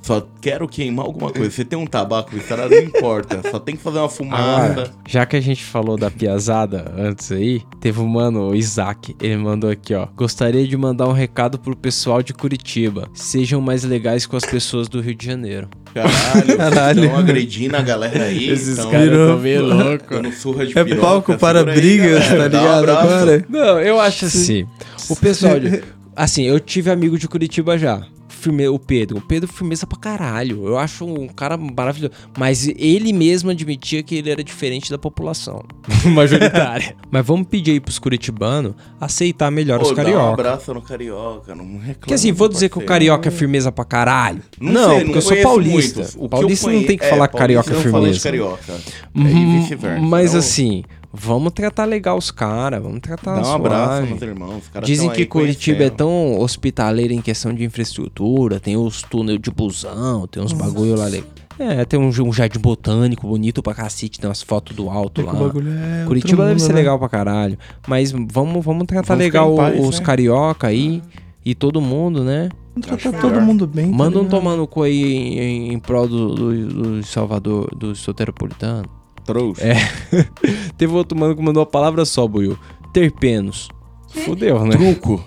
[SPEAKER 4] Só quero queimar alguma coisa. Você tem um tabaco, isso não importa. Só tem que fazer uma fumaça.
[SPEAKER 2] Ah, já que a gente falou da piazada antes aí, teve um mano, o Isaac, ele mandou aqui, ó. Gostaria de mandar um recado pro pessoal de Curitiba. Sejam mais legais com as pessoas do Rio de Janeiro.
[SPEAKER 4] Caralho,
[SPEAKER 3] Caralho.
[SPEAKER 4] vocês estão agredindo a galera aí.
[SPEAKER 2] Esses
[SPEAKER 4] tão
[SPEAKER 2] caras
[SPEAKER 3] virou-
[SPEAKER 2] tão meio loucos.
[SPEAKER 4] dando surra de
[SPEAKER 3] É
[SPEAKER 4] piroca.
[SPEAKER 3] palco para
[SPEAKER 4] Segura aí,
[SPEAKER 3] brigas,
[SPEAKER 4] galera.
[SPEAKER 3] tá
[SPEAKER 4] Dá um
[SPEAKER 3] ligado?
[SPEAKER 4] abraço.
[SPEAKER 3] Agora.
[SPEAKER 2] Não, eu acho assim. O pessoal de... Assim, eu tive amigo de Curitiba já. Firme... O Pedro. O Pedro firmeza pra caralho. Eu acho um cara maravilhoso. Mas ele mesmo admitia que ele era diferente da população majoritária. Mas vamos pedir aí pros curitibanos aceitar melhor
[SPEAKER 4] Pô,
[SPEAKER 2] os
[SPEAKER 4] dá um
[SPEAKER 2] carioca.
[SPEAKER 4] abraço no carioca, não reclama.
[SPEAKER 2] Porque assim, vou dizer que o
[SPEAKER 4] parceiro.
[SPEAKER 2] carioca é firmeza pra caralho.
[SPEAKER 4] Não
[SPEAKER 2] Não,
[SPEAKER 4] sei,
[SPEAKER 2] porque
[SPEAKER 4] não
[SPEAKER 2] eu sou
[SPEAKER 4] conheço
[SPEAKER 2] paulista.
[SPEAKER 4] muitos. O que eu
[SPEAKER 2] Paulista não
[SPEAKER 4] conhe-
[SPEAKER 2] tem que
[SPEAKER 4] é,
[SPEAKER 2] falar que carioca é
[SPEAKER 4] paulista não fala de
[SPEAKER 2] firmeza.
[SPEAKER 4] carioca.
[SPEAKER 2] Uhum,
[SPEAKER 4] É, e vice-versa.
[SPEAKER 2] Mas
[SPEAKER 4] Então,
[SPEAKER 2] assim, vamos tratar legal os caras, vamos tratar
[SPEAKER 4] dá um
[SPEAKER 2] suave.
[SPEAKER 4] abraço nos irmãos. os caras
[SPEAKER 2] Dizem
[SPEAKER 4] tão
[SPEAKER 2] que
[SPEAKER 4] aí
[SPEAKER 2] Curitiba é
[SPEAKER 4] conhecendo.
[SPEAKER 2] tão hospitaleira em questão de infraestrutura, tem os túneis de busão, tem uns bagulho lá legal. É, tem um, um jardim botânico bonito pra cacete, tem umas fotos do alto
[SPEAKER 3] Que
[SPEAKER 2] lá.
[SPEAKER 3] o bagulho é
[SPEAKER 2] Curitiba
[SPEAKER 3] outro
[SPEAKER 2] deve
[SPEAKER 3] mundo,
[SPEAKER 2] ser
[SPEAKER 3] né?
[SPEAKER 2] legal pra caralho. Mas vamos, vamos tratar
[SPEAKER 4] Vamos
[SPEAKER 2] legal
[SPEAKER 4] ficar em paz,
[SPEAKER 2] os
[SPEAKER 4] né?
[SPEAKER 2] carioca aí e todo mundo, né?
[SPEAKER 3] Vamos
[SPEAKER 4] Acho
[SPEAKER 3] tratar todo
[SPEAKER 4] melhor.
[SPEAKER 3] mundo bem. tá
[SPEAKER 2] Manda um
[SPEAKER 3] ligado?
[SPEAKER 2] tomar no cu aí em, em, em prol do, do, do Salvador, do soteropolitano.
[SPEAKER 4] Trouxa.
[SPEAKER 2] É. Teve outro mano que mandou a palavra só, Buiu. Terpenos. Fudeu, né?
[SPEAKER 4] Truco.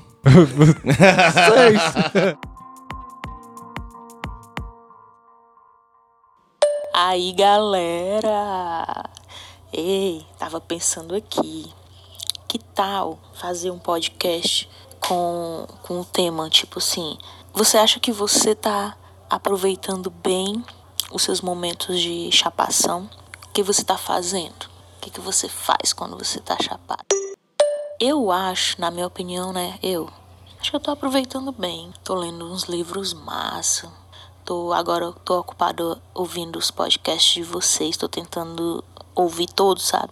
[SPEAKER 6] Aí, galera! Ei, tava pensando aqui. Que tal fazer um podcast com, com um tema tipo assim? Você acha que você tá aproveitando bem os seus momentos de chapação? O que você tá fazendo? O que, que você faz quando você tá chapado? Eu acho, na minha opinião, né? Eu acho que eu tô aproveitando bem. Tô lendo uns livros massa. Tô, agora eu tô ocupado ouvindo os podcasts de vocês. Tô tentando ouvir todos, sabe?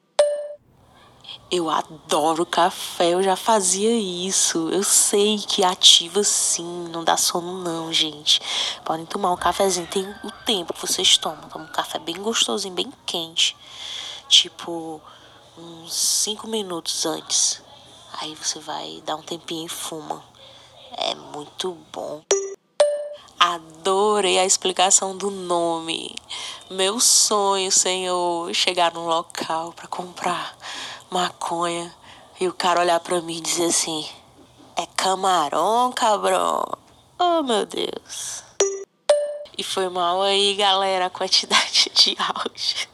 [SPEAKER 6] Eu adoro café, eu já fazia isso. Eu sei que ativa sim, não dá sono não, gente. Podem tomar um cafezinho, tem o tempo que vocês tomam. Tomam um café bem gostosinho, bem quente. Tipo, uns cinco minutos antes. Aí você vai dar um tempinho e fuma. É muito bom. Adorei a explicação do nome. Meu sonho, Senhor, chegar num local pra comprar maconha e o cara olhar pra mim e dizer assim: é camarão, cabrão. Oh, meu Deus. E foi mal aí, galera, a quantidade de áudio.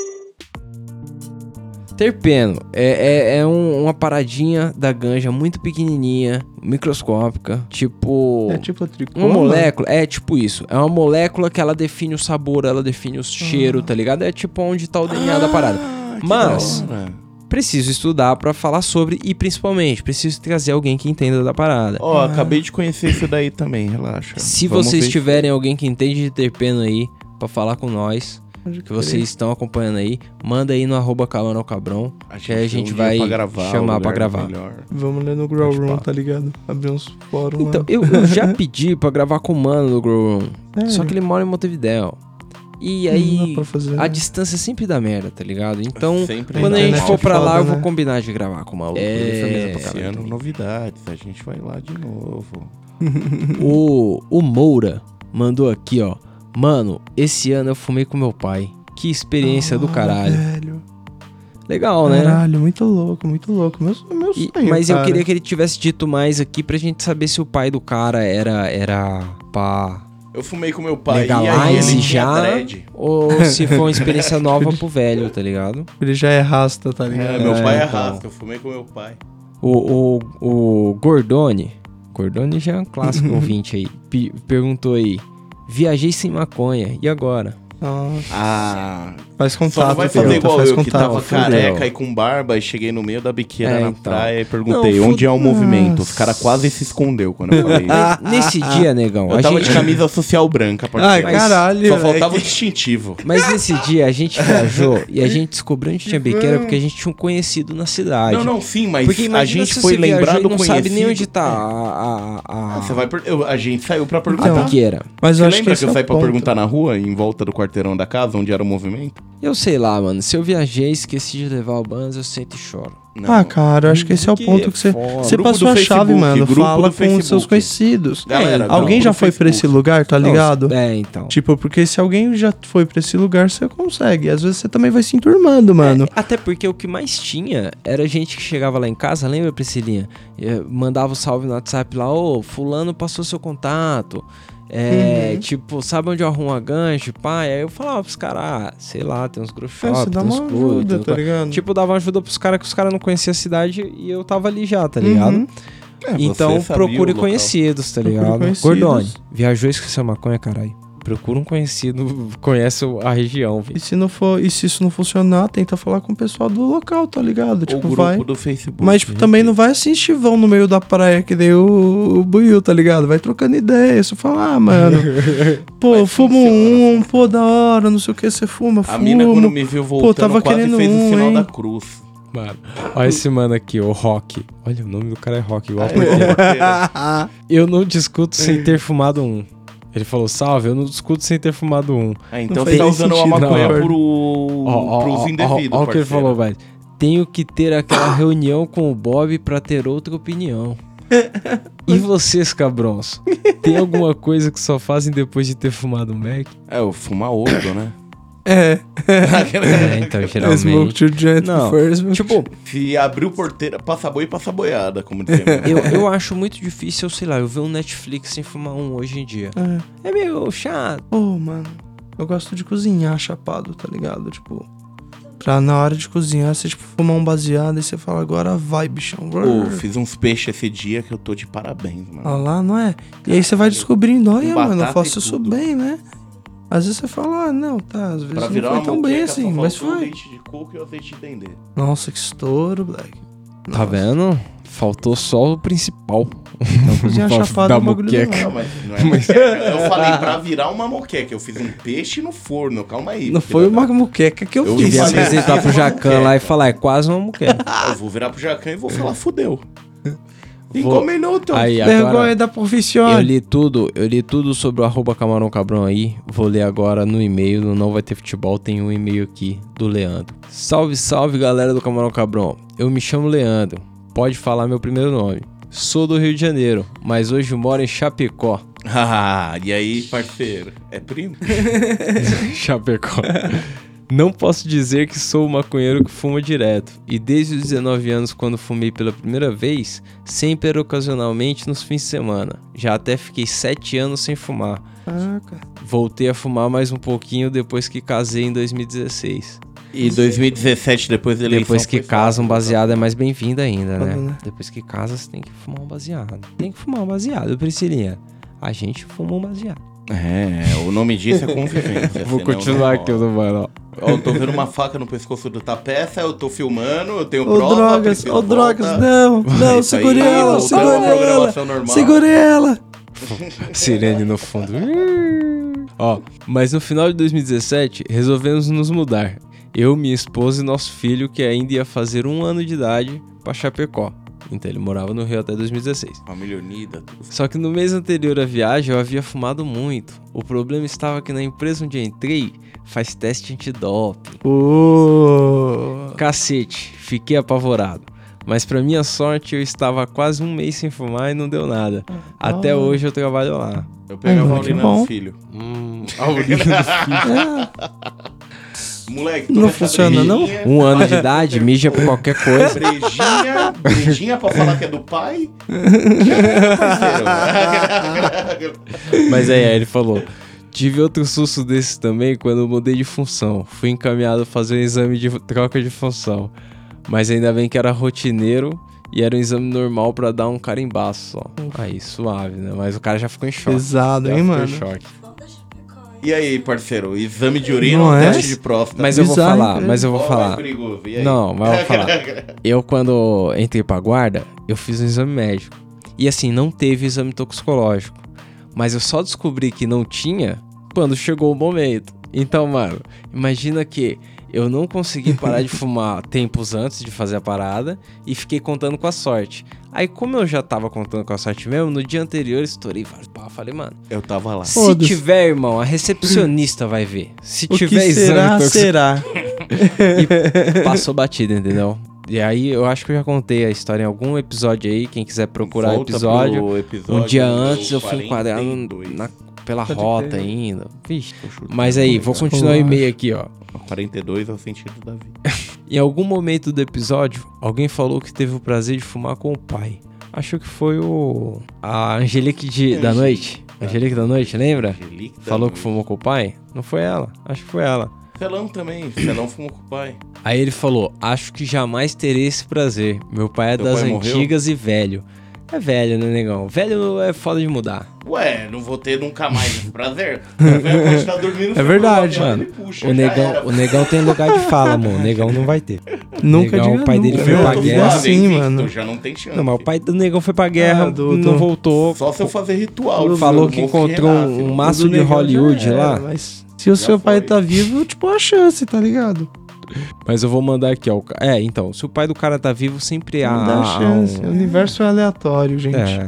[SPEAKER 2] Terpeno é, é, é um- uma paradinha da ganja muito pequenininha, microscópica, tipo...
[SPEAKER 3] É tipo tricoma.
[SPEAKER 2] Uma molécula, é tipo isso. É uma molécula que ela define o sabor, ela define o cheiro, tá ligado? É tipo onde tá o D N A da parada.
[SPEAKER 4] Ah, que
[SPEAKER 2] Mas
[SPEAKER 4] da hora.
[SPEAKER 2] preciso estudar pra falar sobre e principalmente preciso trazer alguém que entenda da parada.
[SPEAKER 4] Ó, acabei de conhecer isso daí também, relaxa.
[SPEAKER 2] Se
[SPEAKER 4] Vamos
[SPEAKER 2] vocês
[SPEAKER 4] ver
[SPEAKER 2] tiverem alguém que entende de terpeno aí pra falar com nós,
[SPEAKER 3] Pode
[SPEAKER 2] que
[SPEAKER 3] crer.
[SPEAKER 2] vocês estão acompanhando aí, manda aí no arroba Calano Cabrão, que aí a gente
[SPEAKER 4] um dia
[SPEAKER 2] vai
[SPEAKER 4] pra gravar,
[SPEAKER 2] chamar
[SPEAKER 4] o
[SPEAKER 2] pra
[SPEAKER 4] lugar
[SPEAKER 2] gravar.
[SPEAKER 4] melhor.
[SPEAKER 3] Vamos ler no Grow
[SPEAKER 4] Pode
[SPEAKER 3] Room,
[SPEAKER 4] pá.
[SPEAKER 3] tá ligado? Abrir uns fóruns
[SPEAKER 2] Então,
[SPEAKER 3] lá.
[SPEAKER 2] eu, eu já pedi pra gravar com o mano do Grow Room,
[SPEAKER 3] Sério?
[SPEAKER 2] só que ele mora em Montevidéu. E
[SPEAKER 3] Não
[SPEAKER 2] aí,
[SPEAKER 3] dá pra fazer,
[SPEAKER 2] a
[SPEAKER 3] né?
[SPEAKER 2] distância sempre dá merda, tá ligado? Então,
[SPEAKER 4] Sempre
[SPEAKER 2] quando a
[SPEAKER 3] a
[SPEAKER 2] gente
[SPEAKER 3] internet
[SPEAKER 2] for
[SPEAKER 3] é
[SPEAKER 2] pra lá,
[SPEAKER 3] foda,
[SPEAKER 2] eu vou
[SPEAKER 3] né?
[SPEAKER 2] combinar de gravar com o maluco. Ele é firmeza pra
[SPEAKER 4] Esse
[SPEAKER 2] caralho
[SPEAKER 4] ano,
[SPEAKER 2] também.
[SPEAKER 4] novidades, a gente vai lá de novo.
[SPEAKER 2] O, o Moura mandou aqui, ó. Mano, esse ano eu fumei com meu pai. Que experiência do
[SPEAKER 3] Ah,
[SPEAKER 2] caralho.
[SPEAKER 3] Velho.
[SPEAKER 2] Legal, né?
[SPEAKER 3] Caralho, muito louco, muito louco. Meu, meu
[SPEAKER 2] E-
[SPEAKER 3] sonho,
[SPEAKER 2] mas eu
[SPEAKER 3] cara.
[SPEAKER 2] queria que ele tivesse dito mais aqui pra gente saber se o pai do cara era, era pá,
[SPEAKER 4] Eu fumei com meu pai e
[SPEAKER 2] legalize
[SPEAKER 4] aí ele tinha
[SPEAKER 2] já
[SPEAKER 4] dread.
[SPEAKER 2] ou se foi uma experiência nova pro velho, tá ligado?
[SPEAKER 3] Ele já é rasta, tá ligado?
[SPEAKER 4] É, meu
[SPEAKER 2] É,
[SPEAKER 4] pai é
[SPEAKER 2] então.
[SPEAKER 4] rasca, eu fumei com meu pai.
[SPEAKER 2] O, o, o Gordone, Gordone já é um clássico ouvinte aí, pe- perguntou aí, viajei sem maconha, e agora?
[SPEAKER 3] Nossa.
[SPEAKER 4] Ah,
[SPEAKER 3] Faz contato,
[SPEAKER 4] só não vai
[SPEAKER 3] filho,
[SPEAKER 4] fazer igual
[SPEAKER 3] faz
[SPEAKER 4] eu, que
[SPEAKER 3] contato.
[SPEAKER 4] tava
[SPEAKER 2] fudeu.
[SPEAKER 4] careca e com barba e cheguei no meio da biqueira
[SPEAKER 2] É,
[SPEAKER 4] na
[SPEAKER 2] então.
[SPEAKER 4] praia e perguntei
[SPEAKER 2] Não,
[SPEAKER 4] onde é o
[SPEAKER 3] fudeu.
[SPEAKER 4] movimento. Os caras quase se escondeu quando eu falei isso.
[SPEAKER 2] Nesse dia, negão,
[SPEAKER 4] Eu
[SPEAKER 2] a
[SPEAKER 4] tava
[SPEAKER 2] gente...
[SPEAKER 4] de camisa social branca,
[SPEAKER 3] Ai,
[SPEAKER 4] parceiro.
[SPEAKER 3] caralho,
[SPEAKER 4] Só
[SPEAKER 3] velho.
[SPEAKER 4] faltava o distintivo.
[SPEAKER 2] Mas nesse dia a gente viajou e a gente descobriu onde tinha biqueira porque a gente tinha um conhecido na cidade.
[SPEAKER 4] Não, não, sim, mas
[SPEAKER 2] Porque
[SPEAKER 4] a
[SPEAKER 2] imagina
[SPEAKER 4] gente
[SPEAKER 2] se
[SPEAKER 4] foi
[SPEAKER 2] você viajou
[SPEAKER 4] lembrado
[SPEAKER 2] e não sabe nem
[SPEAKER 4] conhecido.
[SPEAKER 2] onde tá a, a, a,
[SPEAKER 4] Você vai per... eu- A gente saiu pra
[SPEAKER 2] a
[SPEAKER 4] perguntar.
[SPEAKER 2] biqueira.
[SPEAKER 3] Mas
[SPEAKER 4] Você
[SPEAKER 3] eu acho
[SPEAKER 4] lembra
[SPEAKER 3] esse
[SPEAKER 4] que eu
[SPEAKER 3] é o
[SPEAKER 4] saí pra
[SPEAKER 3] ponto.
[SPEAKER 4] perguntar na rua, em volta do porteirão da casa, onde era o movimento?
[SPEAKER 2] Eu sei lá, mano. Se eu viajei, esqueci de levar o Banz, eu sento e choro.
[SPEAKER 4] Não.
[SPEAKER 3] Ah, cara, eu acho que esse é o
[SPEAKER 2] Que
[SPEAKER 3] ponto que você...
[SPEAKER 2] foda.
[SPEAKER 3] Você
[SPEAKER 4] Grupo
[SPEAKER 3] passou
[SPEAKER 4] do
[SPEAKER 3] a chave,
[SPEAKER 4] Facebook,
[SPEAKER 3] mano.
[SPEAKER 4] grupo
[SPEAKER 3] Fala
[SPEAKER 4] do
[SPEAKER 3] com os seus
[SPEAKER 4] Facebook.
[SPEAKER 3] conhecidos.
[SPEAKER 4] Galera,
[SPEAKER 3] Alguém
[SPEAKER 4] grupo
[SPEAKER 3] já
[SPEAKER 4] do
[SPEAKER 3] foi pra esse
[SPEAKER 4] Facebook.
[SPEAKER 3] lugar, tá
[SPEAKER 2] Não,
[SPEAKER 3] ligado?
[SPEAKER 2] É, então.
[SPEAKER 3] Tipo, porque se alguém já foi pra esse lugar, você consegue. Às vezes você também vai se enturmando, mano.
[SPEAKER 2] Até porque o que mais tinha era gente que chegava lá em casa, lembra, Priscilinha? Eh, Mandava o salve no WhatsApp lá, ô, fulano passou seu contato. É,
[SPEAKER 3] Uhum.
[SPEAKER 2] tipo, sabe onde eu arrumo a gancho, pai? Aí eu falava pros caras, ah, sei lá, tem uns grow
[SPEAKER 3] É,
[SPEAKER 2] shop,
[SPEAKER 3] você dá
[SPEAKER 2] tem uns
[SPEAKER 3] uma
[SPEAKER 2] clubes,
[SPEAKER 3] ajuda,
[SPEAKER 2] tem uns
[SPEAKER 3] tá
[SPEAKER 2] co-
[SPEAKER 3] ligado?
[SPEAKER 2] Tipo, dava ajuda pros caras que os caras não conheciam a cidade e eu tava ali já, tá ligado?
[SPEAKER 3] Uhum.
[SPEAKER 4] É,
[SPEAKER 2] Então
[SPEAKER 4] você sabia
[SPEAKER 2] procure
[SPEAKER 4] o local.
[SPEAKER 2] conhecidos, tá
[SPEAKER 3] Procure
[SPEAKER 2] ligado?
[SPEAKER 3] conhecidos.
[SPEAKER 2] Gordone, viajou e esqueceu a maconha, caralho. Procura um conhecido, conhece a região,
[SPEAKER 3] E
[SPEAKER 2] velho.
[SPEAKER 3] se, não for, e se isso não funcionar, tenta falar com o pessoal do local, tá ligado?
[SPEAKER 4] O
[SPEAKER 3] Tipo,
[SPEAKER 4] grupo
[SPEAKER 3] vai.
[SPEAKER 4] do Facebook.
[SPEAKER 3] Mas, tipo, também não vai assim estivão no meio da praia que nem o, o Buiu, tá ligado? Vai trocando ideia. Você fala, ah, mano, pô,
[SPEAKER 4] Mas
[SPEAKER 3] fumo
[SPEAKER 4] funciona,
[SPEAKER 3] um, pô, da hora, não sei o que, você fuma,
[SPEAKER 4] A
[SPEAKER 3] fumo.
[SPEAKER 4] mina, quando me viu voltando,
[SPEAKER 3] tava
[SPEAKER 4] quase
[SPEAKER 3] querendo
[SPEAKER 4] fez
[SPEAKER 3] um,
[SPEAKER 4] o sinal
[SPEAKER 3] hein?
[SPEAKER 4] da cruz.
[SPEAKER 2] Mano, olha esse mano aqui, o Rock. Olha, o nome do cara é Rock, igual
[SPEAKER 4] É,
[SPEAKER 2] pra ele.
[SPEAKER 4] porteiro.
[SPEAKER 2] Eu não discuto sem ter fumado um. Ele falou, salve, eu não discuto sem ter fumado um.
[SPEAKER 4] Ah, então
[SPEAKER 3] Não
[SPEAKER 4] você tá
[SPEAKER 3] faz
[SPEAKER 4] usando a
[SPEAKER 3] sentido,
[SPEAKER 4] maconha
[SPEAKER 2] não.
[SPEAKER 4] pro,
[SPEAKER 2] Ó, ó,
[SPEAKER 4] pros
[SPEAKER 2] ó,
[SPEAKER 4] indevidos,
[SPEAKER 2] ó, ó o que ele
[SPEAKER 4] parceiro.
[SPEAKER 2] falou, velho. Tenho que ter aquela reunião com o Bob pra ter outra opinião. E vocês, cabrões? Tem alguma coisa que só fazem depois de ter fumado um Mac?
[SPEAKER 4] É, o fumar outro, né?
[SPEAKER 3] É.
[SPEAKER 2] É, então,
[SPEAKER 3] Smoke
[SPEAKER 2] geralmente...
[SPEAKER 3] to giant
[SPEAKER 2] Não,
[SPEAKER 3] first.
[SPEAKER 2] tipo,
[SPEAKER 4] Se abriu porteira, passa boi e passa boiada, como dizia. minha
[SPEAKER 2] eu,
[SPEAKER 4] mãe.
[SPEAKER 2] eu acho muito difícil, sei lá, eu ver um Netflix sem fumar um hoje em dia.
[SPEAKER 3] É.
[SPEAKER 2] É meio chato.
[SPEAKER 3] Pô, mano, eu gosto de cozinhar chapado, tá ligado? Tipo, pra na hora de cozinhar, você, tipo, fumar um baseado e você fala, agora vai, bichão.
[SPEAKER 4] Pô, fiz uns peixes esse dia que eu tô de parabéns, mano.
[SPEAKER 3] Olha lá, não é? E aí você vai descobrindo, olha,
[SPEAKER 4] Com
[SPEAKER 3] mano, eu
[SPEAKER 4] batata
[SPEAKER 3] faço
[SPEAKER 4] e
[SPEAKER 3] isso
[SPEAKER 4] tudo.
[SPEAKER 3] bem, né? Às vezes você fala, ah, não, tá, às vezes
[SPEAKER 4] Pra
[SPEAKER 3] não
[SPEAKER 4] virar
[SPEAKER 3] foi
[SPEAKER 4] uma
[SPEAKER 3] tão bem
[SPEAKER 4] moqueca,
[SPEAKER 3] assim,
[SPEAKER 4] só
[SPEAKER 3] mas
[SPEAKER 4] faltou o
[SPEAKER 3] foi.
[SPEAKER 4] leite de coco e o azeite de dendê.
[SPEAKER 3] Nossa, que estouro, Black.
[SPEAKER 2] Tá
[SPEAKER 3] Nossa.
[SPEAKER 2] vendo? Faltou só o principal.
[SPEAKER 3] Então, cozinhar chapado
[SPEAKER 2] da
[SPEAKER 3] é um bagulho
[SPEAKER 2] moqueca.
[SPEAKER 3] legal.
[SPEAKER 4] Não, mas não é moqueca. Eu falei pra virar uma moqueca. Eu fiz um peixe no forno. Calma aí.
[SPEAKER 3] Não
[SPEAKER 4] filha
[SPEAKER 3] foi
[SPEAKER 4] da-
[SPEAKER 3] uma moqueca que eu,
[SPEAKER 4] Eu
[SPEAKER 3] fiz.
[SPEAKER 2] Devia
[SPEAKER 4] falei,
[SPEAKER 2] apresentar pro
[SPEAKER 4] fiz uma
[SPEAKER 2] Jacan lá e
[SPEAKER 4] moqueca.
[SPEAKER 2] falar, é quase uma muqueca.
[SPEAKER 4] Eu vou virar pro Jacan e vou falar, fudeu. Em
[SPEAKER 2] Vou-
[SPEAKER 4] um minuto.
[SPEAKER 2] Aí,
[SPEAKER 3] Vergonha
[SPEAKER 2] agora,
[SPEAKER 3] da profissão.
[SPEAKER 2] eu li tudo, eu li tudo sobre o arroba Camarão Cabrão aí. Vou ler agora no e-mail, no Não Vai Ter Futebol, tem um e-mail aqui do Leandro. Salve, salve, galera do Camarão Cabrão. Eu me chamo Leandro, pode falar meu primeiro nome. Sou do Rio de Janeiro, mas hoje moro em Chapecó.
[SPEAKER 4] Ah, e aí, parceiro? É primo?
[SPEAKER 2] Chapecó. Não posso dizer que sou o maconheiro que fuma direto. E desde os dezenove anos, quando fumei pela primeira vez, sempre era ocasionalmente nos fins de semana. Já até fiquei sete anos sem fumar.
[SPEAKER 3] Caraca.
[SPEAKER 2] Voltei a fumar mais um pouquinho depois que casei em dois mil e dezesseis.
[SPEAKER 4] E dois mil e dezessete, depois da eleição...
[SPEAKER 2] Depois que
[SPEAKER 4] foi
[SPEAKER 2] casa, um
[SPEAKER 4] fácil,
[SPEAKER 2] baseado é mais bem-vindo ainda, né?
[SPEAKER 3] Foda, né?
[SPEAKER 2] Depois que casa, você tem que fumar um baseado. Tem que fumar um baseado, Priscilinha. A gente fuma um baseado.
[SPEAKER 4] É, o nome disso é convivência.
[SPEAKER 2] Vou
[SPEAKER 4] senão
[SPEAKER 2] continuar
[SPEAKER 4] não
[SPEAKER 2] aqui,
[SPEAKER 4] rola.
[SPEAKER 2] mano.
[SPEAKER 4] Ó, eu tô vendo uma faca no pescoço do Tapeça, eu tô filmando, eu tenho
[SPEAKER 3] Ô,
[SPEAKER 4] prova...
[SPEAKER 3] drogas,
[SPEAKER 4] Priscila
[SPEAKER 3] ô, drogas,
[SPEAKER 4] volta.
[SPEAKER 3] não, não,
[SPEAKER 4] Isso aí,
[SPEAKER 3] segure ela,
[SPEAKER 4] voltando
[SPEAKER 3] segure
[SPEAKER 4] à
[SPEAKER 3] ela,
[SPEAKER 4] programação normal.
[SPEAKER 3] segure ela.
[SPEAKER 2] Sirene no fundo. Ó, mas no final de dois mil e dezessete, resolvemos nos mudar. Eu, minha esposa e nosso filho, que ainda ia fazer um ano de idade, pra Chapecó. Então ele morava no Rio até dois mil e dezesseis.
[SPEAKER 4] Família unida, tudo.
[SPEAKER 2] Só que no mês anterior à viagem eu havia fumado muito. O problema estava que na empresa onde eu entrei faz teste antidoping.
[SPEAKER 3] Ô.
[SPEAKER 2] Cacete, fiquei apavorado. Mas pra minha sorte eu estava há quase um mês sem fumar e não deu nada. Até
[SPEAKER 3] Ah.
[SPEAKER 2] hoje eu trabalho lá.
[SPEAKER 4] Eu pegava
[SPEAKER 3] Ai,
[SPEAKER 4] a
[SPEAKER 3] que
[SPEAKER 4] urina
[SPEAKER 3] bom.
[SPEAKER 4] do filho.
[SPEAKER 2] Hum, a urina do filho.
[SPEAKER 4] Moleque,
[SPEAKER 3] Não
[SPEAKER 4] toma essa
[SPEAKER 3] funciona, não?
[SPEAKER 4] brejinha,
[SPEAKER 2] Um ano de idade, mija por qualquer coisa.
[SPEAKER 4] Brejinha, brejinha pra falar que é do pai. É, parceiro.
[SPEAKER 2] Mas aí, aí ele falou: tive outro susto desse também quando eu mudei de função. Fui encaminhado a fazer um exame de troca de função. Mas ainda bem que era rotineiro e era um exame normal pra dar um carimbaço só. Aí, suave, né? Mas o cara já ficou em choque.
[SPEAKER 3] Pesado,
[SPEAKER 2] Já
[SPEAKER 3] hein,
[SPEAKER 2] ficou
[SPEAKER 3] mano?
[SPEAKER 2] em choque.
[SPEAKER 4] E aí, parceiro, exame de urina
[SPEAKER 3] Não
[SPEAKER 4] ou
[SPEAKER 3] é?
[SPEAKER 4] teste de próstata?
[SPEAKER 2] Mas eu vou
[SPEAKER 3] Bizarro,
[SPEAKER 2] falar,
[SPEAKER 3] hein?
[SPEAKER 2] mas eu vou
[SPEAKER 4] Qual
[SPEAKER 2] falar.
[SPEAKER 4] mais perigoso? E aí?
[SPEAKER 2] Não, mas eu vou falar. Eu, quando entrei pra guarda, eu fiz um exame médico. E assim, não teve exame toxicológico. Mas eu só descobri que não tinha quando chegou o momento. Então, mano, imagina que eu não consegui parar de fumar tempos antes de fazer a parada e fiquei contando com a sorte. Aí, como eu já tava contando com a sorte mesmo, no dia anterior estourei vários Eu falei, mano,
[SPEAKER 4] Eu tava lá.
[SPEAKER 2] se
[SPEAKER 3] Foda-se.
[SPEAKER 2] tiver, irmão, a recepcionista vai ver. Se
[SPEAKER 3] O que
[SPEAKER 2] tiver
[SPEAKER 3] será,
[SPEAKER 2] exame
[SPEAKER 3] será.
[SPEAKER 2] e passou batida, entendeu? E aí eu acho que eu já contei a história em algum episódio aí, quem quiser procurar o
[SPEAKER 4] Volta
[SPEAKER 2] episódio.
[SPEAKER 4] pro episódio
[SPEAKER 2] Um dia
[SPEAKER 4] número
[SPEAKER 2] antes eu fui enquadrado
[SPEAKER 4] quarenta e dois.
[SPEAKER 2] na, pela
[SPEAKER 3] Pode
[SPEAKER 2] rota
[SPEAKER 3] crer.
[SPEAKER 2] ainda. Vixe.
[SPEAKER 4] Tô chutando.
[SPEAKER 2] Mas aí, vou continuar o e-mail aqui, ó.
[SPEAKER 4] quarenta e dois é o sentido da vida.
[SPEAKER 2] Em algum momento do episódio, alguém falou que teve o prazer de fumar com o pai. Acho que foi o... A Angelique de, da noite. Angelique da noite, lembra?
[SPEAKER 4] Angelique da
[SPEAKER 2] Falou que
[SPEAKER 4] noite.
[SPEAKER 2] fumou com o pai? Não foi ela. Acho que foi ela.
[SPEAKER 4] Celão também. Celão fumou com o pai.
[SPEAKER 2] Aí ele falou, acho que jamais terei esse prazer. Meu pai é
[SPEAKER 4] Teu
[SPEAKER 2] das
[SPEAKER 4] pai morreu?
[SPEAKER 2] antigas e velho. É velho, né, negão? Velho é foda de mudar.
[SPEAKER 4] Ué, não vou ter nunca mais esse prazer? O velho pode estar dormindo.
[SPEAKER 3] É verdade,
[SPEAKER 4] você
[SPEAKER 2] mano.
[SPEAKER 4] ele puxa,
[SPEAKER 2] O
[SPEAKER 4] já
[SPEAKER 2] negão,
[SPEAKER 4] era.
[SPEAKER 2] o negão tem lugar de fala, amor. O negão não vai ter.
[SPEAKER 3] Nunca
[SPEAKER 2] Negão,
[SPEAKER 3] diga
[SPEAKER 2] o pai dele
[SPEAKER 3] nunca.
[SPEAKER 2] foi
[SPEAKER 3] Eu
[SPEAKER 2] pra
[SPEAKER 3] tô
[SPEAKER 2] guerra.
[SPEAKER 3] assim,
[SPEAKER 4] Invicto,
[SPEAKER 3] mano.
[SPEAKER 4] Já não tem chance.
[SPEAKER 2] Não, mas o pai do negão foi pra guerra,
[SPEAKER 3] Ah, do-
[SPEAKER 2] não
[SPEAKER 3] do-
[SPEAKER 2] voltou.
[SPEAKER 4] Só se eu fazer ritual.
[SPEAKER 3] Tudo
[SPEAKER 2] Falou
[SPEAKER 4] eu
[SPEAKER 2] que
[SPEAKER 4] morro
[SPEAKER 2] encontrou
[SPEAKER 4] renasce,
[SPEAKER 2] um
[SPEAKER 4] não.
[SPEAKER 2] maço
[SPEAKER 3] Tudo
[SPEAKER 2] de
[SPEAKER 3] legal,
[SPEAKER 2] Hollywood
[SPEAKER 3] já era,
[SPEAKER 2] lá.
[SPEAKER 3] Mas se o
[SPEAKER 4] Já
[SPEAKER 3] seu pai
[SPEAKER 4] foi.
[SPEAKER 3] tá vivo, tipo, a chance, tá ligado?
[SPEAKER 2] Mas eu vou mandar aqui, ó. É, então, se o pai do cara tá vivo, sempre há.
[SPEAKER 3] Não dá
[SPEAKER 2] há
[SPEAKER 3] chance.
[SPEAKER 2] um-
[SPEAKER 3] O universo é aleatório, gente.
[SPEAKER 2] É.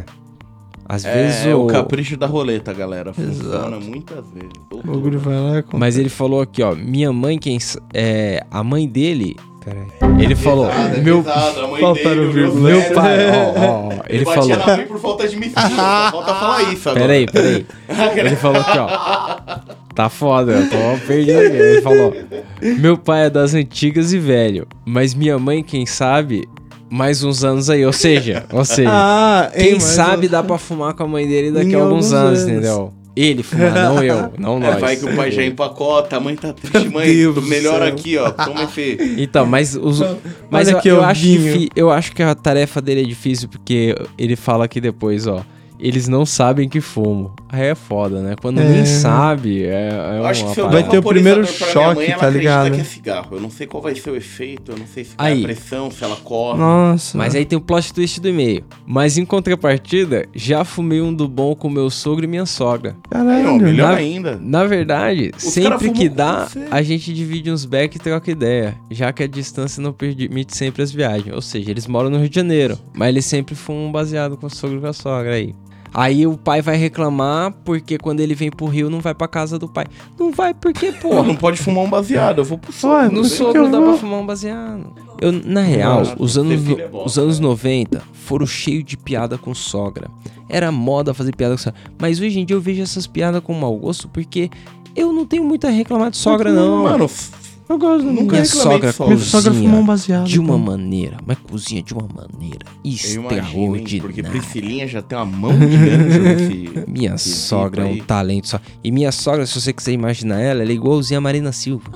[SPEAKER 2] Às vezes
[SPEAKER 4] É,
[SPEAKER 2] o.
[SPEAKER 4] o capricho da roleta, galera. Funciona
[SPEAKER 3] Exato.
[SPEAKER 4] muitas vezes.
[SPEAKER 3] O bagulho vai lá e acontece.
[SPEAKER 2] Mas ele falou aqui, ó. Minha mãe, quem. s- É. A mãe dele. Peraí. Ele falou.
[SPEAKER 4] Pesado, é
[SPEAKER 2] Meu.
[SPEAKER 4] pesado, a mãe
[SPEAKER 3] Faltaram
[SPEAKER 4] dele, o
[SPEAKER 3] vírgula.
[SPEAKER 2] Meu
[SPEAKER 4] zero.
[SPEAKER 2] pai, ó, ó, ó,
[SPEAKER 4] Ele,
[SPEAKER 2] ele
[SPEAKER 4] batia
[SPEAKER 2] falou.
[SPEAKER 4] na mãe por falta de mistura. Só falta falar isso agora.
[SPEAKER 2] Peraí, peraí. Ele falou aqui, ó. Tá foda, eu tô perdido aqui. Ele falou: Meu pai é das antigas e velho, mas minha mãe, quem sabe, mais uns anos aí. Ou seja, ou seja,
[SPEAKER 3] Ah, hein,
[SPEAKER 2] quem
[SPEAKER 3] mas
[SPEAKER 2] sabe
[SPEAKER 3] eu-
[SPEAKER 2] dá pra fumar com a mãe dele daqui
[SPEAKER 3] Em
[SPEAKER 2] a alguns
[SPEAKER 3] alguns
[SPEAKER 2] anos,
[SPEAKER 3] anos.
[SPEAKER 2] entendeu? Ele fumar, não eu, não
[SPEAKER 4] É,
[SPEAKER 2] nós.
[SPEAKER 4] vai que o pai já empacota, a mãe tá triste, mãe,
[SPEAKER 3] Deus
[SPEAKER 4] tu
[SPEAKER 3] do
[SPEAKER 4] melhor
[SPEAKER 3] céu.
[SPEAKER 4] aqui, ó, toma esse...
[SPEAKER 2] Então, mas os, mas
[SPEAKER 3] Olha
[SPEAKER 2] eu,
[SPEAKER 3] aqui,
[SPEAKER 2] eu
[SPEAKER 3] ó,
[SPEAKER 2] acho
[SPEAKER 3] vinho.
[SPEAKER 2] difí- eu acho que a tarefa dele é difícil porque ele fala aqui depois, ó. Eles não sabem que fumo. Aí é foda, né? Quando
[SPEAKER 3] É.
[SPEAKER 2] nem sabe, é, é
[SPEAKER 4] Eu acho que
[SPEAKER 2] uma
[SPEAKER 4] se eu
[SPEAKER 2] parada.
[SPEAKER 3] Vai ter o primeiro
[SPEAKER 4] vaporizador pra
[SPEAKER 3] choque,
[SPEAKER 4] minha mãe, ela
[SPEAKER 3] tá
[SPEAKER 4] acredita
[SPEAKER 3] ligado?
[SPEAKER 4] que é cigarro. Eu não sei qual vai ser o efeito, eu não sei se vai
[SPEAKER 2] Aí.
[SPEAKER 4] a pressão, se ela corre.
[SPEAKER 3] Nossa.
[SPEAKER 2] Mas aí tem o plot twist do e-mail. Mas em contrapartida, já fumei um do bom com meu sogro e minha sogra.
[SPEAKER 4] Aí, ó,
[SPEAKER 3] Caralho.
[SPEAKER 4] melhor
[SPEAKER 2] Na-
[SPEAKER 4] ainda.
[SPEAKER 2] Na verdade,
[SPEAKER 4] Os cara
[SPEAKER 2] sempre
[SPEAKER 4] fumam
[SPEAKER 2] que
[SPEAKER 4] com
[SPEAKER 2] dá,
[SPEAKER 4] você.
[SPEAKER 2] a gente divide uns back e troca ideia, já que a distância não permite sempre as viagens. Ou seja, eles moram no Rio de Janeiro, mas eles sempre fumam baseado com o sogro e com a sogra aí. Aí o pai vai reclamar porque quando ele vem pro Rio não vai pra casa do pai. Não vai porque,
[SPEAKER 4] Pô,
[SPEAKER 2] porra,
[SPEAKER 4] não pode fumar um baseado, eu vou pro
[SPEAKER 3] Ué,
[SPEAKER 4] sogro.
[SPEAKER 2] no
[SPEAKER 3] Por que que
[SPEAKER 2] sogro
[SPEAKER 3] eu
[SPEAKER 2] dá
[SPEAKER 3] vou?
[SPEAKER 2] pra fumar um baseado. Eu, na real,
[SPEAKER 4] Não,
[SPEAKER 2] os
[SPEAKER 4] ter
[SPEAKER 2] anos,
[SPEAKER 4] filho
[SPEAKER 2] no-
[SPEAKER 4] é bom,
[SPEAKER 2] os anos
[SPEAKER 4] né?
[SPEAKER 2] noventa foram cheios de piada com sogra. Era moda fazer piada com sogra. Mas hoje em dia eu vejo essas piadas com mau gosto porque eu não tenho muito a reclamar de sogra, não.
[SPEAKER 4] Mano,
[SPEAKER 3] Eu gosto da
[SPEAKER 4] Nunca
[SPEAKER 2] Minha
[SPEAKER 3] minha
[SPEAKER 4] reclamei
[SPEAKER 2] sogra
[SPEAKER 4] de sogra.
[SPEAKER 3] Minha sogra
[SPEAKER 2] cozinha
[SPEAKER 3] fumou um baseado.
[SPEAKER 2] de uma
[SPEAKER 3] pô.
[SPEAKER 2] maneira, mas cozinha de uma maneira
[SPEAKER 4] eu imagino, hein,
[SPEAKER 2] extraordinária.
[SPEAKER 4] porque Priscilinha já tem uma mão de anjo nesse...
[SPEAKER 2] Minha
[SPEAKER 4] quesito
[SPEAKER 2] sogra é um
[SPEAKER 4] aí.
[SPEAKER 2] talento só. E minha sogra, se você quiser imaginar ela, ela é igualzinha a Marina Silva.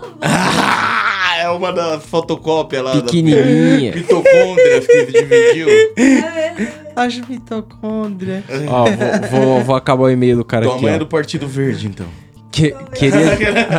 [SPEAKER 4] Ah, é uma das fotocópias lá.
[SPEAKER 2] Pequenininha.
[SPEAKER 4] Da mitocôndrias que se dividiu.
[SPEAKER 3] Acho mitocôndria.
[SPEAKER 2] Ó, vou, vou, vou acabar o e-mail do cara
[SPEAKER 4] Tua
[SPEAKER 2] aqui,
[SPEAKER 4] mãe é
[SPEAKER 2] ó.
[SPEAKER 4] do Partido Verde, então.
[SPEAKER 2] Que, queria...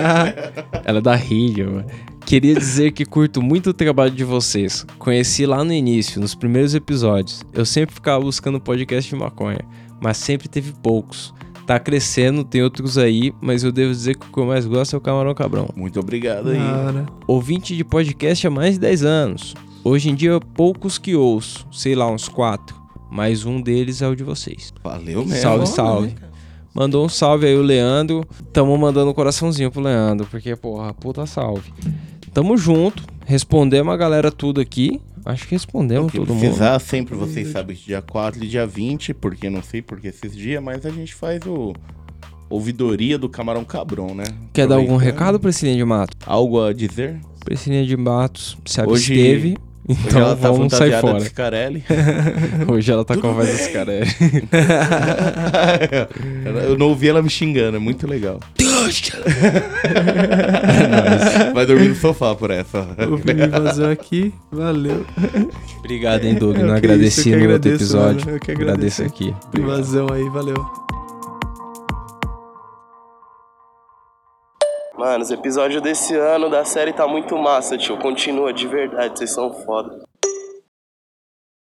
[SPEAKER 2] Ela é da Rídia, mano. Queria dizer que curto muito o trabalho de vocês. Conheci lá no início, nos primeiros episódios. Eu sempre ficava buscando podcast de maconha, mas sempre teve poucos. Tá crescendo, tem outros aí, mas eu devo dizer que o que eu mais gosto é o Camarão Cabrão.
[SPEAKER 4] Muito obrigado aí.
[SPEAKER 3] Cara.
[SPEAKER 2] Ouvinte de podcast há mais de dez anos. Hoje em dia, poucos que ouço, sei lá, uns quatro. Mas um deles é o de vocês.
[SPEAKER 4] Valeu mesmo.
[SPEAKER 2] Salve, salve. Mandou um salve aí o Leandro. Tamo mandando um coraçãozinho pro Leandro, porque, porra, puta salve. Tamo junto. Respondemos a galera tudo aqui. Acho que respondemos
[SPEAKER 4] Se
[SPEAKER 2] todo mundo.
[SPEAKER 4] precisar, sempre vocês sabem que dia quatro e dia vinte, porque não sei porque esses dias, mas a gente faz o ouvidoria do Camarão Cabrão, né?
[SPEAKER 2] Quer dar algum
[SPEAKER 4] Aproveitando.
[SPEAKER 2] recado, Priscilinha de Matos?
[SPEAKER 4] Algo a dizer?
[SPEAKER 2] Priscilinha de Matos se
[SPEAKER 4] Hoje-
[SPEAKER 2] absteve,
[SPEAKER 4] Hoje
[SPEAKER 2] então
[SPEAKER 4] ela tá
[SPEAKER 2] vamos sair
[SPEAKER 4] fantasiada de
[SPEAKER 2] fora.
[SPEAKER 4] Scarelli.
[SPEAKER 2] Hoje ela tá com a voz dos caras.
[SPEAKER 4] Eu não ouvi ela me xingando, é muito legal. Vai dormir no sofá por essa.
[SPEAKER 3] O Felipe vazou aqui. Valeu.
[SPEAKER 2] Obrigado, hein, Doug.
[SPEAKER 3] É,
[SPEAKER 2] Não
[SPEAKER 3] que
[SPEAKER 2] agradeci
[SPEAKER 3] isso, eu que
[SPEAKER 2] no outro
[SPEAKER 3] agradeço,
[SPEAKER 2] episódio.
[SPEAKER 3] mano, eu que
[SPEAKER 2] Agradeço
[SPEAKER 3] agradeço.
[SPEAKER 2] aqui. Obrigado.
[SPEAKER 3] Vazão aí, valeu.
[SPEAKER 7] Mano, os episódios desse ano da série tá muito massa, tio. Continua, de verdade, vocês são foda.